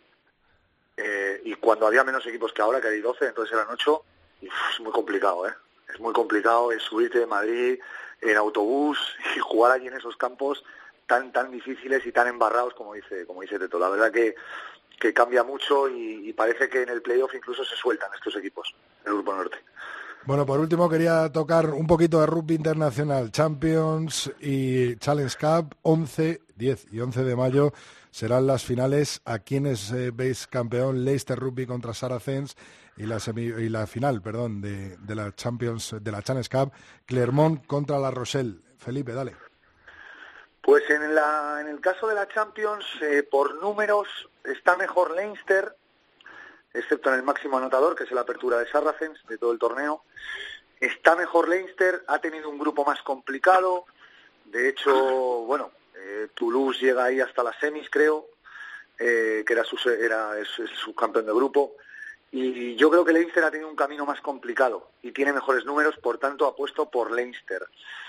y cuando había menos equipos que ahora, que hay 12, entonces eran 8, y es muy complicado, ¿eh? Es muy complicado el subirte de Madrid en autobús y jugar allí en esos campos tan difíciles y tan embarrados como dice Teto. La verdad que cambia mucho y parece que en el playoff incluso se sueltan estos equipos, el Grupo Norte. Bueno, por último quería tocar un poquito de rugby internacional. Champions y Challenge Cup, 10 y 11 de mayo serán las finales. ¿A quiénes veis campeón? Leicester Rugby contra Saracens y la final, de la Champions, de la Challenge Cup, Clermont contra La Rochelle. Felipe, dale. Pues en el caso de la Champions, por números está mejor Leinster, excepto en el máximo anotador, que es la apertura de Saracens, de todo el torneo. Está mejor Leinster, ha tenido un grupo más complicado. De hecho, bueno, Toulouse llega ahí hasta las semis, creo, que es subcampeón de grupo. Y yo creo que Leinster ha tenido un camino más complicado y tiene mejores números, por tanto apuesto por Leinster.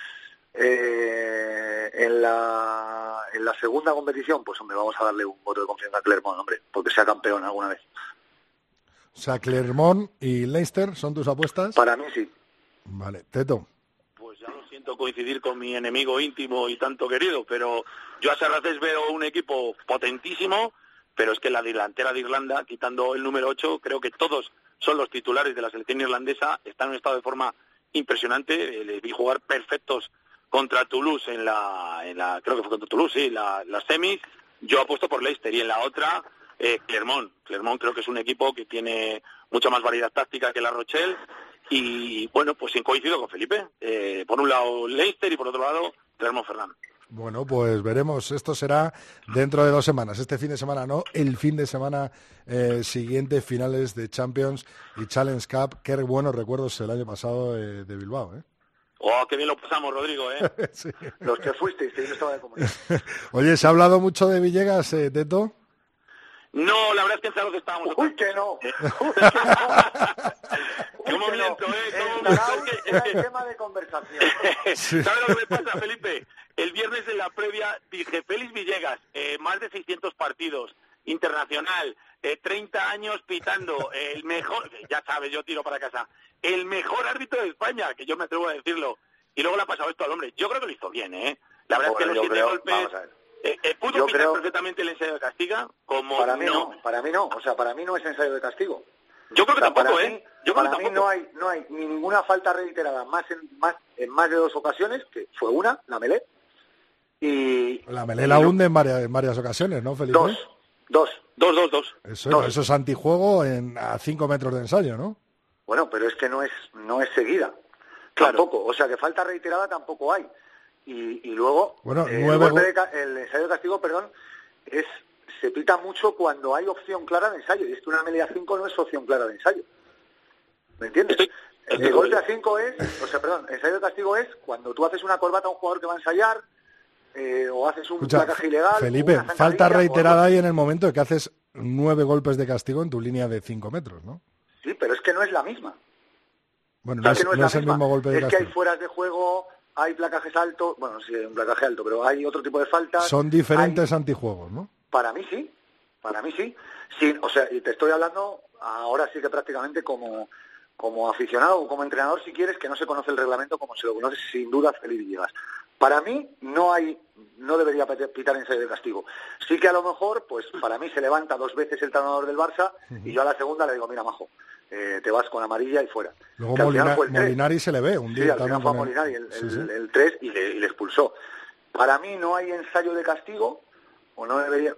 En la segunda competición, pues hombre, vamos a darle un voto de confianza a Clermont, hombre, porque sea campeón alguna vez. O sea, Clermont y Leicester son tus apuestas. Para mí sí. Vale, Teto. Pues ya lo siento coincidir con mi enemigo íntimo y tanto querido, pero yo a Saracens veo un equipo potentísimo, pero es que la delantera de Irlanda, quitando el número 8, creo que todos son los titulares de la selección irlandesa, están en un estado de forma impresionante. Les vi jugar perfectos contra Toulouse creo que fue contra Toulouse, sí, las semis. Yo apuesto por Leicester, y en la otra Clermont creo que es un equipo que tiene mucha más variedad táctica que La Rochelle, y bueno, pues coincido con Felipe, por un lado Leicester y por otro lado Clermont-Ferrand. Bueno, pues veremos. Esto será dentro de 2 semanas. Este fin de semana no, el fin de semana siguiente, finales de Champions y Challenge Cup. Qué buenos recuerdos el año pasado de Bilbao, ¿eh? ¡Oh, qué bien lo pasamos, Rodrigo, eh! Sí. Los que fuisteis, yo no estaba de comunidad. Oye, ¿se ha hablado mucho de Villegas, Teto? No, la verdad es que en Zaragoza estábamos... ¡Uy, que no! ¿Cómo miento, Era el tema de conversación. Sí. ¿Sabes lo que me pasa, Felipe? El viernes en la previa dije, Félix Villegas, más de 600 partidos, internacional, 30 años pitando, el mejor, ya sabes, yo tiro para casa, el mejor árbitro de España, que yo me atrevo a decirlo. Y luego le ha pasado esto al hombre. Yo creo que lo hizo bien, ¿eh? La verdad es que los 7 golpes... ¿Pudo pitar perfectamente el ensayo de castigo? Como para mí no. O sea, para mí no es ensayo de castigo. Yo creo que tampoco, Para mí no hay ninguna falta reiterada en más de 2 ocasiones, que fue una, la Melé. Y la Melé la hunde en varias ocasiones, ¿no, Felipe? Dos. Eso es antijuego a 5 metros de ensayo, ¿no? Bueno, pero es que no es seguida. Claro. Tampoco. O sea, que falta reiterada tampoco hay. y luego Bueno, el ensayo de castigo, se pita mucho cuando hay opción clara de ensayo, y es que una melee a 5 no es opción clara de ensayo. ¿Me entiendes? El golpe a 5 ensayo de castigo es cuando tú haces una corbata a un jugador que va a ensayar, o haces un placaje ilegal. Felipe, falta reiterada ahí en el momento de que haces 9 golpes de castigo en tu línea de 5 metros, ¿no? Sí, pero es que no es la misma. Bueno, no es el mismo golpe de castigo. Es que hay fueras de juego, hay placajes altos, bueno, sí, hay un placaje alto, pero hay otro tipo de faltas. Son diferentes antijuegos, ¿no? Para mí sí. Sí, o sea, y te estoy hablando ahora sí que prácticamente como aficionado o como entrenador, si quieres, que no se conoce el reglamento como se lo conoce sin duda Felipe Villegas. Para mí no debería pitar ensayo de castigo. Sí que a lo mejor, pues para mí se levanta 2 veces el talonador del Barça y yo a la segunda le digo, mira, majo, te vas con amarilla y fuera. Luego Molinari se le ve un día. Sí, al final fue a Molinari el 3 y le expulsó. Para mí no hay ensayo de castigo, o no debería,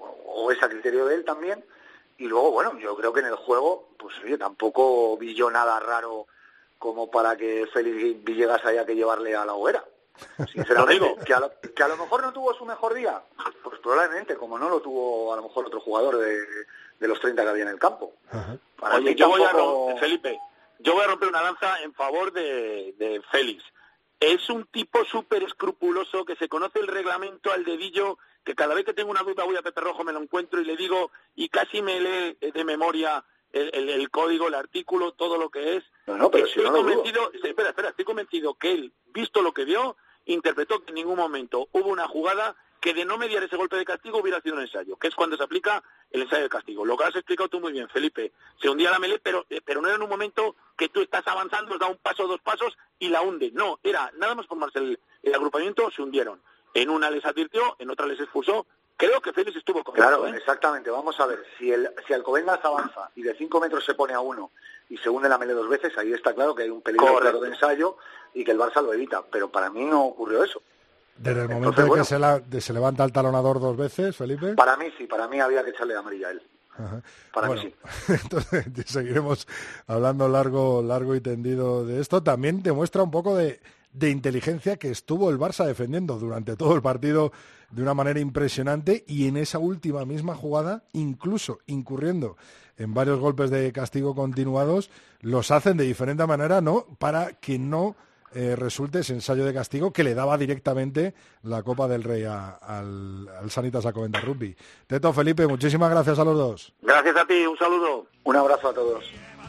o es a criterio de él también. Y luego, bueno, yo creo que en el juego, pues oye, tampoco vi yo nada raro como para que Félix Villegas haya que llevarle a la hoguera. Sinceramente, que a lo mejor no tuvo su mejor día, pues probablemente, como no lo tuvo a lo mejor otro jugador de los 30 que había en el campo. Oye, Felipe, yo voy a romper una lanza en favor de Félix. Es un tipo súper escrupuloso, que se conoce el reglamento al dedillo, que cada vez que tengo una duda voy a Pepe Rojo, me lo encuentro y le digo, y casi me lee de memoria el código, el artículo, todo lo que es. No, pero estoy convencido, estoy convencido que él, visto lo que vio, interpretó que en ningún momento hubo una jugada que de no mediar ese golpe de castigo hubiera sido un ensayo, que es cuando se aplica el ensayo de castigo. Lo que has explicado tú muy bien, Felipe. Se hundía la melee, pero no era en un momento que tú estás avanzando, da un paso, 2 pasos y la hunde. No, era nada más formarse el agrupamiento, se hundieron. En una les advirtió, en otra les expulsó. Creo que Félix estuvo correcto. Claro, exactamente. Vamos a ver, si Alcobendas avanza y de 5 metros se pone a 1 y se hunde la melee 2 veces, ahí está claro que hay un peligro claro de ensayo y que el Barça lo evita. Pero para mí no ocurrió eso. Desde el momento en que se levanta el talonador 2 veces, Felipe. Para mí sí, para mí había que echarle amarilla a él. Ajá. Para mí sí. Entonces seguiremos hablando largo y tendido de esto. También demuestra un poco de inteligencia que estuvo el Barça defendiendo durante todo el partido de una manera impresionante, y en esa última misma jugada, incluso incurriendo en varios golpes de castigo continuados, los hacen de diferente manera, ¿no? Para que no resulte ese ensayo de castigo que le daba directamente la Copa del Rey al Sanitas Alcobendas Rugby. Teto, Felipe, muchísimas gracias a los dos. Gracias a ti, un saludo. Un abrazo a todos.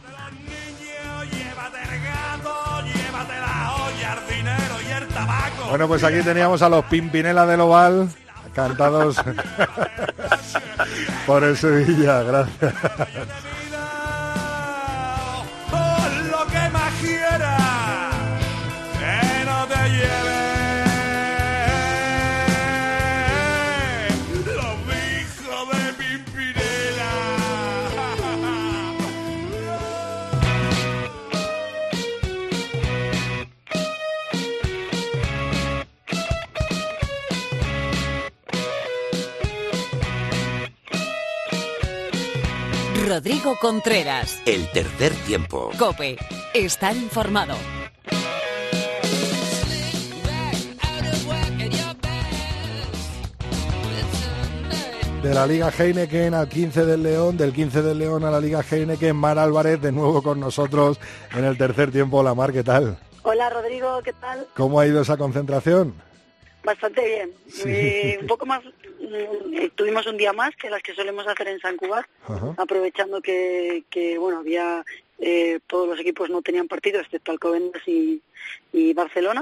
Bueno, pues aquí teníamos a los Pimpinela del Oval, cantados por el Sevilla. Gracias. Lo que más quiera, que no te lleve los hijos de Pimpinela. Rodrigo Contreras. El tercer tiempo. COPE. Estar informado. De la Liga Heineken al 15 del León, del 15 del León a la Liga Heineken, Mar Álvarez de nuevo con nosotros en el tercer tiempo. Hola Mar, ¿qué tal? Hola Rodrigo, ¿qué tal? ¿Cómo ha ido esa concentración? Bastante bien. Sí. Un poco más, tuvimos un día más que las que solemos hacer en San Cugat, aprovechando que bueno, había todos los equipos no tenían partido, excepto Alcobendas y Barcelona.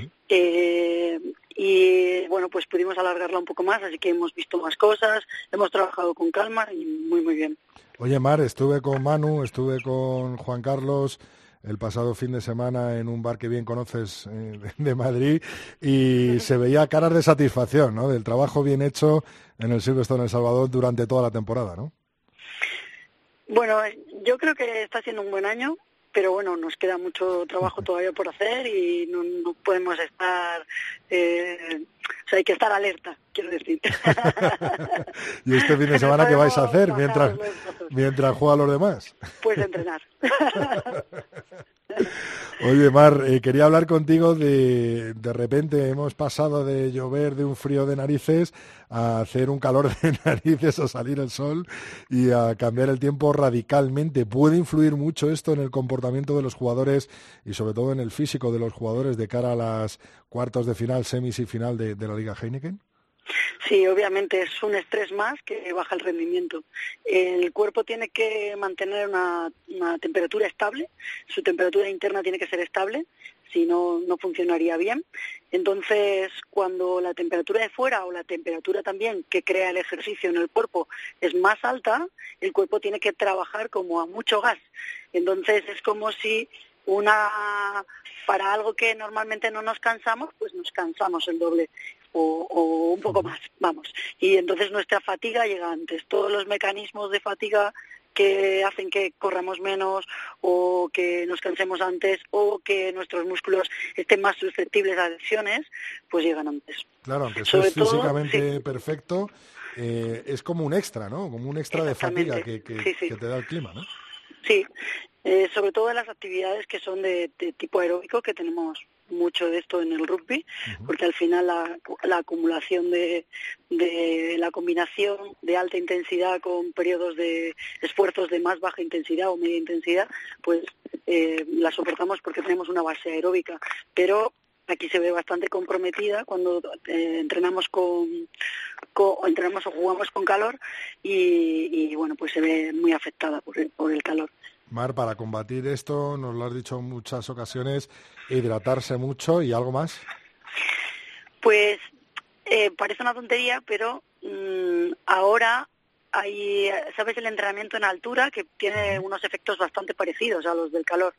Y bueno, pues pudimos alargarla un poco más, así que hemos visto más cosas, hemos trabajado con calma y muy bien. Oye Mar, estuve con Manu, estuve con Juan Carlos el pasado fin de semana en un bar que bien conoces de Madrid, y se veía caras de satisfacción, ¿no? Del trabajo bien hecho en el Silverstone El Salvador durante toda la temporada, ¿no? Bueno, yo creo que está haciendo un buen año, pero bueno, nos queda mucho trabajo todavía por hacer y no podemos estar... o sea, hay que estar alerta, quiero decir. ¿Y este fin de semana qué vais a hacer mientras juegan los demás? Pues entrenar. Oye, Mar, quería hablar contigo de repente hemos pasado de llover, de un frío de narices, a hacer un calor de narices, a salir el sol y a cambiar el tiempo radicalmente. ¿Puede influir mucho esto en el comportamiento de los jugadores y sobre todo en el físico de los jugadores de cara a las cuartos de final, semis y final de la Liga Heineken? Sí, obviamente es un estrés más que baja el rendimiento. El cuerpo tiene que mantener una temperatura estable, su temperatura interna tiene que ser estable, si no, no funcionaría bien. Entonces, cuando la temperatura de fuera o la temperatura también que crea el ejercicio en el cuerpo es más alta, el cuerpo tiene que trabajar como a mucho gas. Entonces, es como si para algo que normalmente no nos cansamos, pues nos cansamos el doble. O un poco más, vamos. Y entonces nuestra fatiga llega antes. Todos los mecanismos de fatiga que hacen que corramos menos o que nos cansemos antes o que nuestros músculos estén más susceptibles a lesiones, pues llegan antes. Claro, aunque seas físicamente perfecto, es como un extra, ¿no? Como un extra de fatiga que te da el clima, ¿no? Sí, sobre todo en las actividades que son de tipo aeróbico, que tenemos mucho de esto en el rugby, porque al final la acumulación de la combinación de alta intensidad con periodos de esfuerzos de más baja intensidad o media intensidad, pues la soportamos porque tenemos una base aeróbica, pero aquí se ve bastante comprometida cuando entrenamos entrenamos o jugamos con calor y bueno, pues se ve muy afectada por el calor. Mar, para combatir esto, nos lo has dicho en muchas ocasiones, hidratarse mucho y algo más. Pues parece una tontería, pero ahora hay, ¿sabes? El entrenamiento en altura que tiene unos efectos bastante parecidos a los del calor.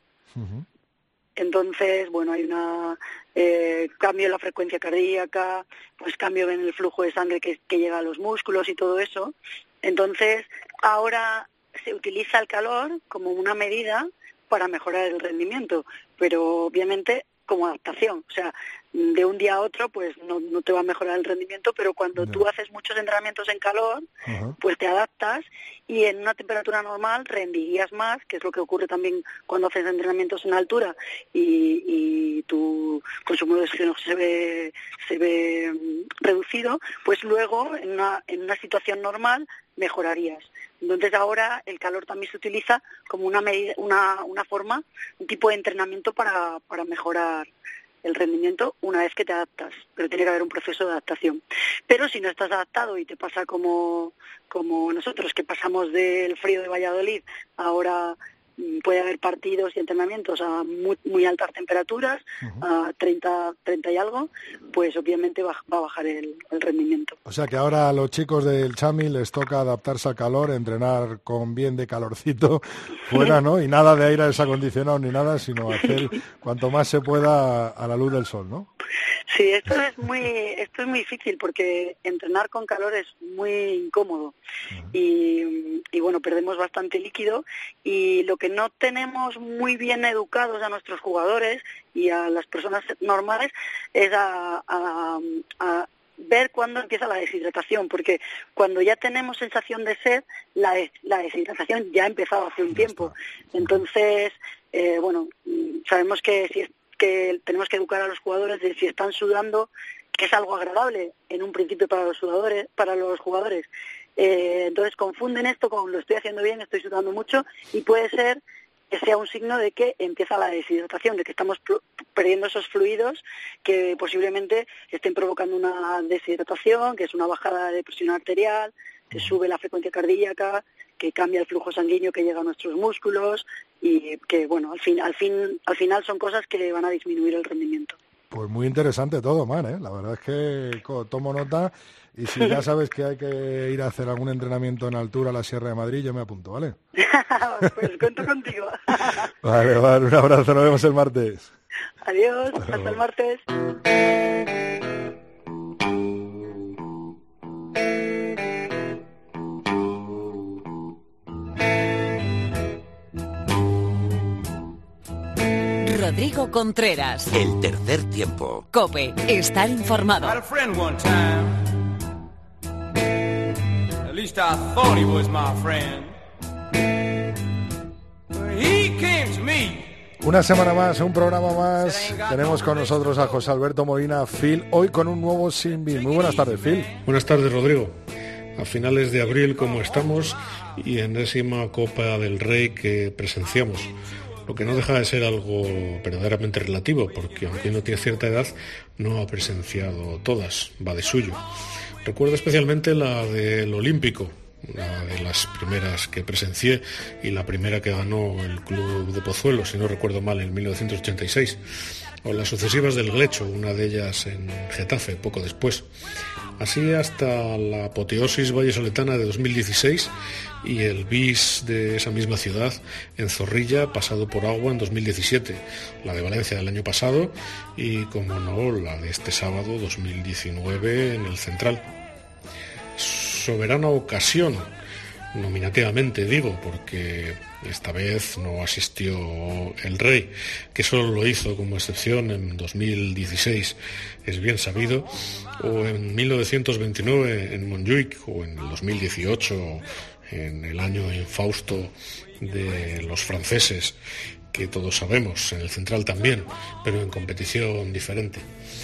Entonces, bueno, hay una cambio en la frecuencia cardíaca, pues cambio en el flujo de sangre que llega a los músculos y todo eso. Entonces, ahora se utiliza el calor como una medida para mejorar el rendimiento, pero obviamente como adaptación, o sea, de un día a otro pues no te va a mejorar el rendimiento, pero cuando tú haces muchos entrenamientos en calor, pues te adaptas y en una temperatura normal rendirías más, que es lo que ocurre también cuando haces entrenamientos en altura y tu consumo de oxígeno se ve reducido, pues luego en una situación normal mejorarías. Entonces ahora el calor también se utiliza como una medida, una forma, un tipo de entrenamiento para mejorar el rendimiento una vez que te adaptas, pero tiene que haber un proceso de adaptación. Pero si no estás adaptado y te pasa como nosotros, que pasamos del frío de Valladolid, ahora puede haber partidos y entrenamientos a muy altas temperaturas, a 30 y algo, pues obviamente va a bajar el rendimiento. O sea que ahora a los chicos del Chami les toca adaptarse al calor, entrenar con bien de calorcito fuera, ¿no? Y nada de aires acondicionados ni nada, sino hacer cuanto más se pueda a la luz del sol, ¿no? Sí, esto es muy difícil porque entrenar con calor es muy incómodo y bueno, perdemos bastante líquido y lo que no tenemos muy bien educados a nuestros jugadores y a las personas normales es a ver cuándo empieza la deshidratación, porque cuando ya tenemos sensación de sed, la deshidratación ya ha empezado hace un tiempo. Entonces, bueno, sabemos que tenemos que educar a los jugadores de si están sudando, que es algo agradable en un principio para los jugadores. Entonces confunden esto con lo estoy haciendo bien, estoy sudando mucho, y puede ser que sea un signo de que empieza la deshidratación, de que estamos perdiendo esos fluidos que posiblemente estén provocando una deshidratación, que es una bajada de presión arterial, que sube la frecuencia cardíaca, que cambia el flujo sanguíneo que llega a nuestros músculos y que, bueno, al final son cosas que van a disminuir el rendimiento. Pues muy interesante todo, Mar, ¿eh? La verdad es que tomo nota y si ya sabes que hay que ir a hacer algún entrenamiento en altura a la Sierra de Madrid, yo me apunto, ¿vale? Pues cuento contigo. Vale, un abrazo, nos vemos el martes. Adiós, hasta el martes. Rodrigo Contreras. El tercer tiempo. COPE. Estar informado. I had a friend one time. At least I thought he was my friend. He came to me Una semana más, un programa más. Tenemos con nosotros a José Alberto Molina, Phil, hoy con un nuevo Sin Bin. Muy buenas tardes, Phil. Buenas tardes, Rodrigo. A finales de abril, como estamos, y enésima Copa del Rey que presenciamos. Lo que no deja de ser algo verdaderamente relativo, porque aunque uno tiene cierta edad, no ha presenciado todas, va de suyo. Recuerdo especialmente la del Olímpico, una de las primeras que presencié y la primera que ganó el Club de Pozuelo, si no recuerdo mal, en 1986, o las sucesivas del Glecho, una de ellas en Getafe, poco después. Así hasta la apoteosis vallesoletana de 2016 y el bis de esa misma ciudad en Zorrilla, pasado por agua en 2017, la de Valencia del año pasado y, como no, la de este sábado 2019 en el Central. Soberana ocasión, nominativamente digo, porque esta vez no asistió el Rey, que solo lo hizo como excepción en 2016, es bien sabido, o en 1929 en Montjuic, o en el 2018 en el año infausto de los franceses, que todos sabemos, en el Central también, pero en competición diferente.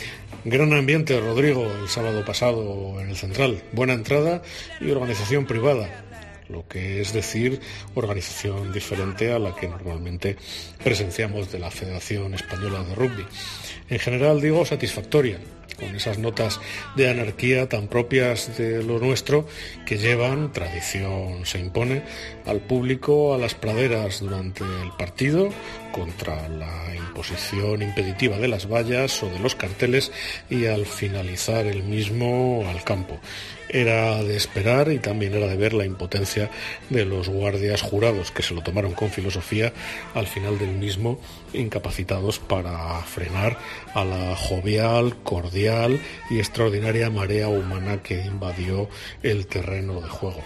Gran ambiente, Rodrigo, el sábado pasado en el Central. Buena entrada y organización privada, lo que es decir, organización diferente a la que normalmente presenciamos de la Federación Española de Rugby. En general, digo, satisfactoria, con esas notas de anarquía tan propias de lo nuestro que llevan, tradición se impone, al público a las praderas durante el partido contra la imposición impeditiva de las vallas o de los carteles y al finalizar el mismo al campo. Era de esperar y también era de ver la impotencia de los guardias jurados que se lo tomaron con filosofía al final del mismo, incapacitados para frenar a la jovial, cordial y extraordinaria marea humana que invadió el terreno de juego.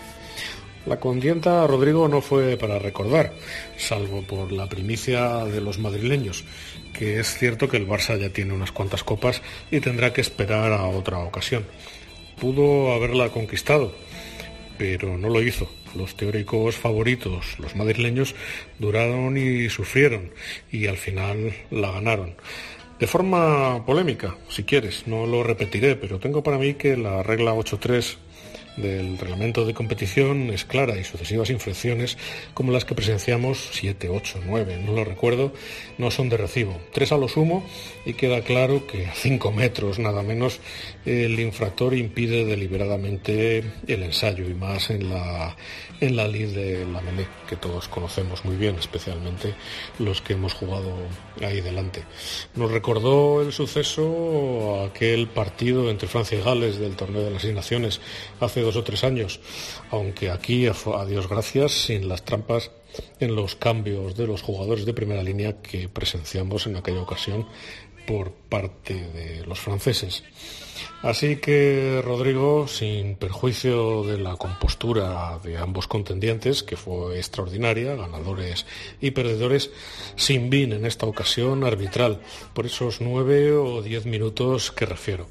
La contienda, Rodrigo, no fue para recordar, salvo por la primicia de los madrileños, que es cierto que el Barça ya tiene unas cuantas copas y tendrá que esperar a otra ocasión. Pudo haberla conquistado, pero no lo hizo. Los teóricos favoritos, los madrileños, duraron y sufrieron, y al final la ganaron. De forma polémica, si quieres, no lo repetiré, pero tengo para mí que la regla 8.3 del reglamento de competición es clara y sucesivas infracciones como las que presenciamos, 7, 8, 9, no lo recuerdo, no son de recibo. 3 a lo sumo y queda claro que a 5 metros nada menos el infractor impide deliberadamente el ensayo y más en la lid de Lamennais, que todos conocemos muy bien, especialmente los que hemos jugado ahí delante. Nos recordó el suceso aquel partido entre Francia y Gales del torneo de las 6 Naciones hace 2 o 3 años, aunque aquí, a Dios gracias, sin las trampas en los cambios de los jugadores de primera línea que presenciamos en aquella ocasión por parte de los franceses. Así que, Rodrigo, sin perjuicio de la compostura de ambos contendientes, que fue extraordinaria, ganadores y perdedores, sin bin en esta ocasión arbitral, por esos 9 o 10 minutos que refiero.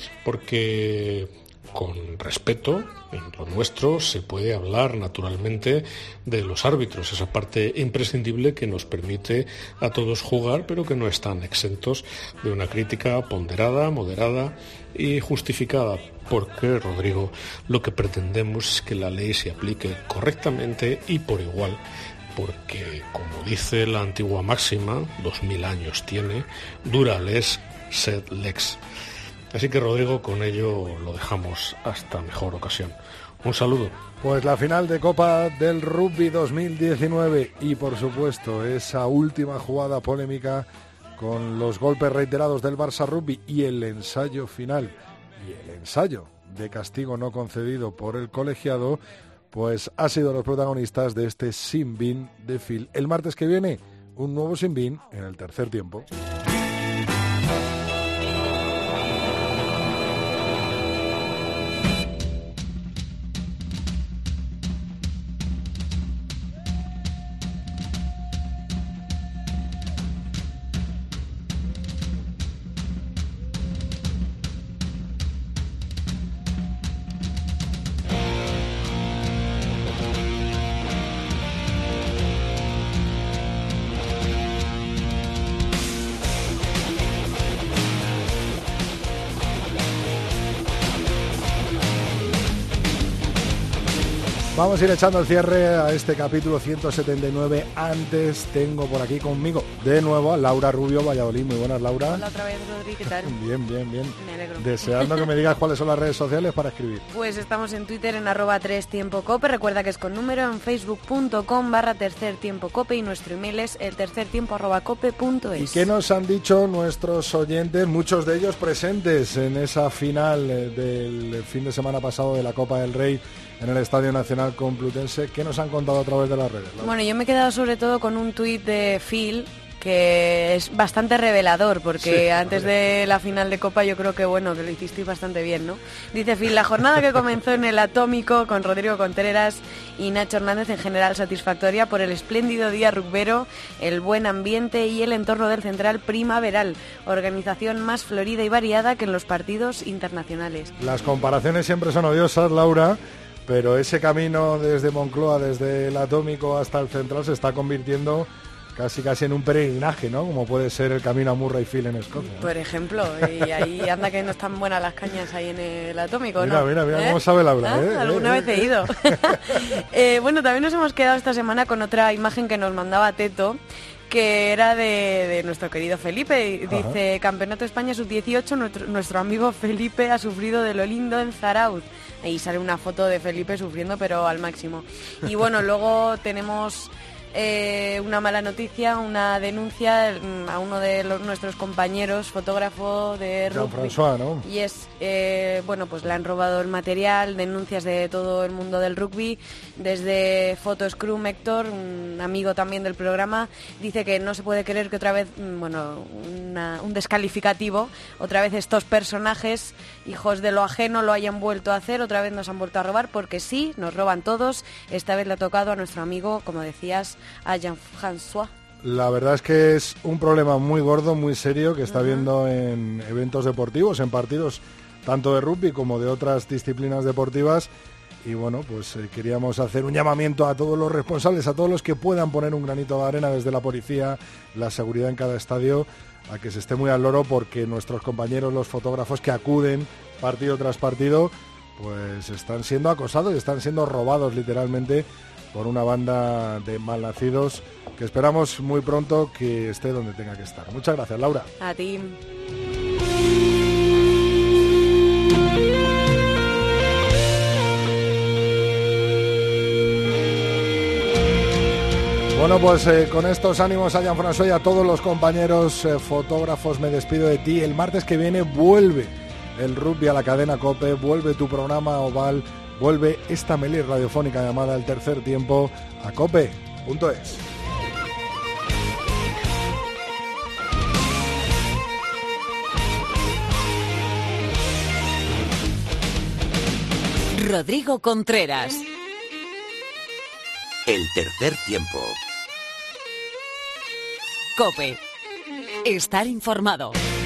Porque, con respeto, en lo nuestro se puede hablar naturalmente de los árbitros, esa parte imprescindible que nos permite a todos jugar, pero que no están exentos de una crítica ponderada, moderada y justificada, porque, Rodrigo, lo que pretendemos es que la ley se aplique correctamente y por igual, porque, como dice la antigua máxima, 2000 años tiene, dura les, sed lex. Así que, Rodrigo, con ello lo dejamos hasta mejor ocasión. Un saludo. Pues la final de Copa del Rugby 2019 y, por supuesto, esa última jugada polémica con los golpes reiterados del Barça Rugby y el ensayo final y el ensayo de castigo no concedido por el colegiado, pues ha sido los protagonistas de este Sin Bin de Phil. El martes que viene, un nuevo Sin Bin en el tercer tiempo. Vamos a ir echando el cierre a este capítulo 179. Antes tengo por aquí conmigo de nuevo a Laura Rubio, Valladolid. Muy buenas, Laura. Hola otra vez, Rodri, ¿qué tal? Bien, bien, bien. Me alegro. Deseando que me digas cuáles son las redes sociales para escribir. Pues estamos en Twitter en @3tiempocope. Recuerda que es con número, en facebook.com/tercertiempocope y nuestro email es eltercertiempo@cope.es. ¿Y qué nos han dicho nuestros oyentes, muchos de ellos presentes en esa final del fin de semana pasado de la Copa del Rey en el Estadio Nacional Complutense? ¿Qué nos han contado a través de las redes, Laura? Bueno, yo me he quedado sobre todo con un tuit de Phil que es bastante revelador, porque Sí, antes de la final de Copa yo creo que bueno, que lo hicisteis bastante bien, ¿no? Dice Phil: la jornada que comenzó en el Atómico con Rodrigo Contreras y Nacho Hernández en general satisfactoria por el espléndido día rugbero, el buen ambiente y el entorno del Central primaveral, organización más florida y variada que en los partidos internacionales. Las comparaciones siempre son odiosas, Laura, pero ese camino desde Moncloa, desde el Atómico hasta el Central, se está convirtiendo casi en un peregrinaje, ¿no? Como puede ser el camino a Murrayfield en Escocia, ¿no? Por ejemplo, y ahí anda que no están buenas las cañas ahí en el Atómico, Mira, ¿no? mira cómo sabe Laura, Alguna vez he ido. Bueno, también nos hemos quedado esta semana con otra imagen que nos mandaba Teto, que era de nuestro querido Felipe. Dice: Ajá. Campeonato España Sub-18, nuestro amigo Felipe ha sufrido de lo lindo en Zarauz. Ahí sale una foto de Felipe sufriendo, pero al máximo. Y bueno, luego tenemos una mala noticia, una denuncia a uno de nuestros compañeros, fotógrafo de rugby. Jean-François, ¿no? Y es, bueno, pues le han robado el material, denuncias de todo el mundo del rugby, desde Photoscrum. Héctor, un amigo también del programa, dice que no se puede creer que otra vez, bueno, un descalificativo, otra vez estos personajes, hijos de lo ajeno, lo hayan vuelto a hacer, otra vez nos han vuelto a robar, porque sí, nos roban todos. Esta vez le ha tocado a nuestro amigo, como decías, a Jean-François. La verdad es que es un problema muy gordo, muy serio, que está habiendo en eventos deportivos, en partidos tanto de rugby como de otras disciplinas deportivas. Y bueno, pues queríamos hacer un llamamiento a todos los responsables, a todos los que puedan poner un granito de arena, desde la policía, la seguridad en cada estadio, a que se esté muy al loro, porque nuestros compañeros, los fotógrafos que acuden partido tras partido, pues están siendo acosados y están siendo robados literalmente por una banda de malnacidos, que esperamos muy pronto que esté donde tenga que estar. Muchas gracias, Laura. A ti. Bueno, pues con estos ánimos a Jean-François y a todos los compañeros fotógrafos, me despido de ti. El martes que viene vuelve el rugby a la cadena COPE, vuelve tu programa Oval, vuelve esta melí radiofónica llamada El Tercer Tiempo a cope.es. Rodrigo Contreras. El Tercer Tiempo. COPE. Estar informado.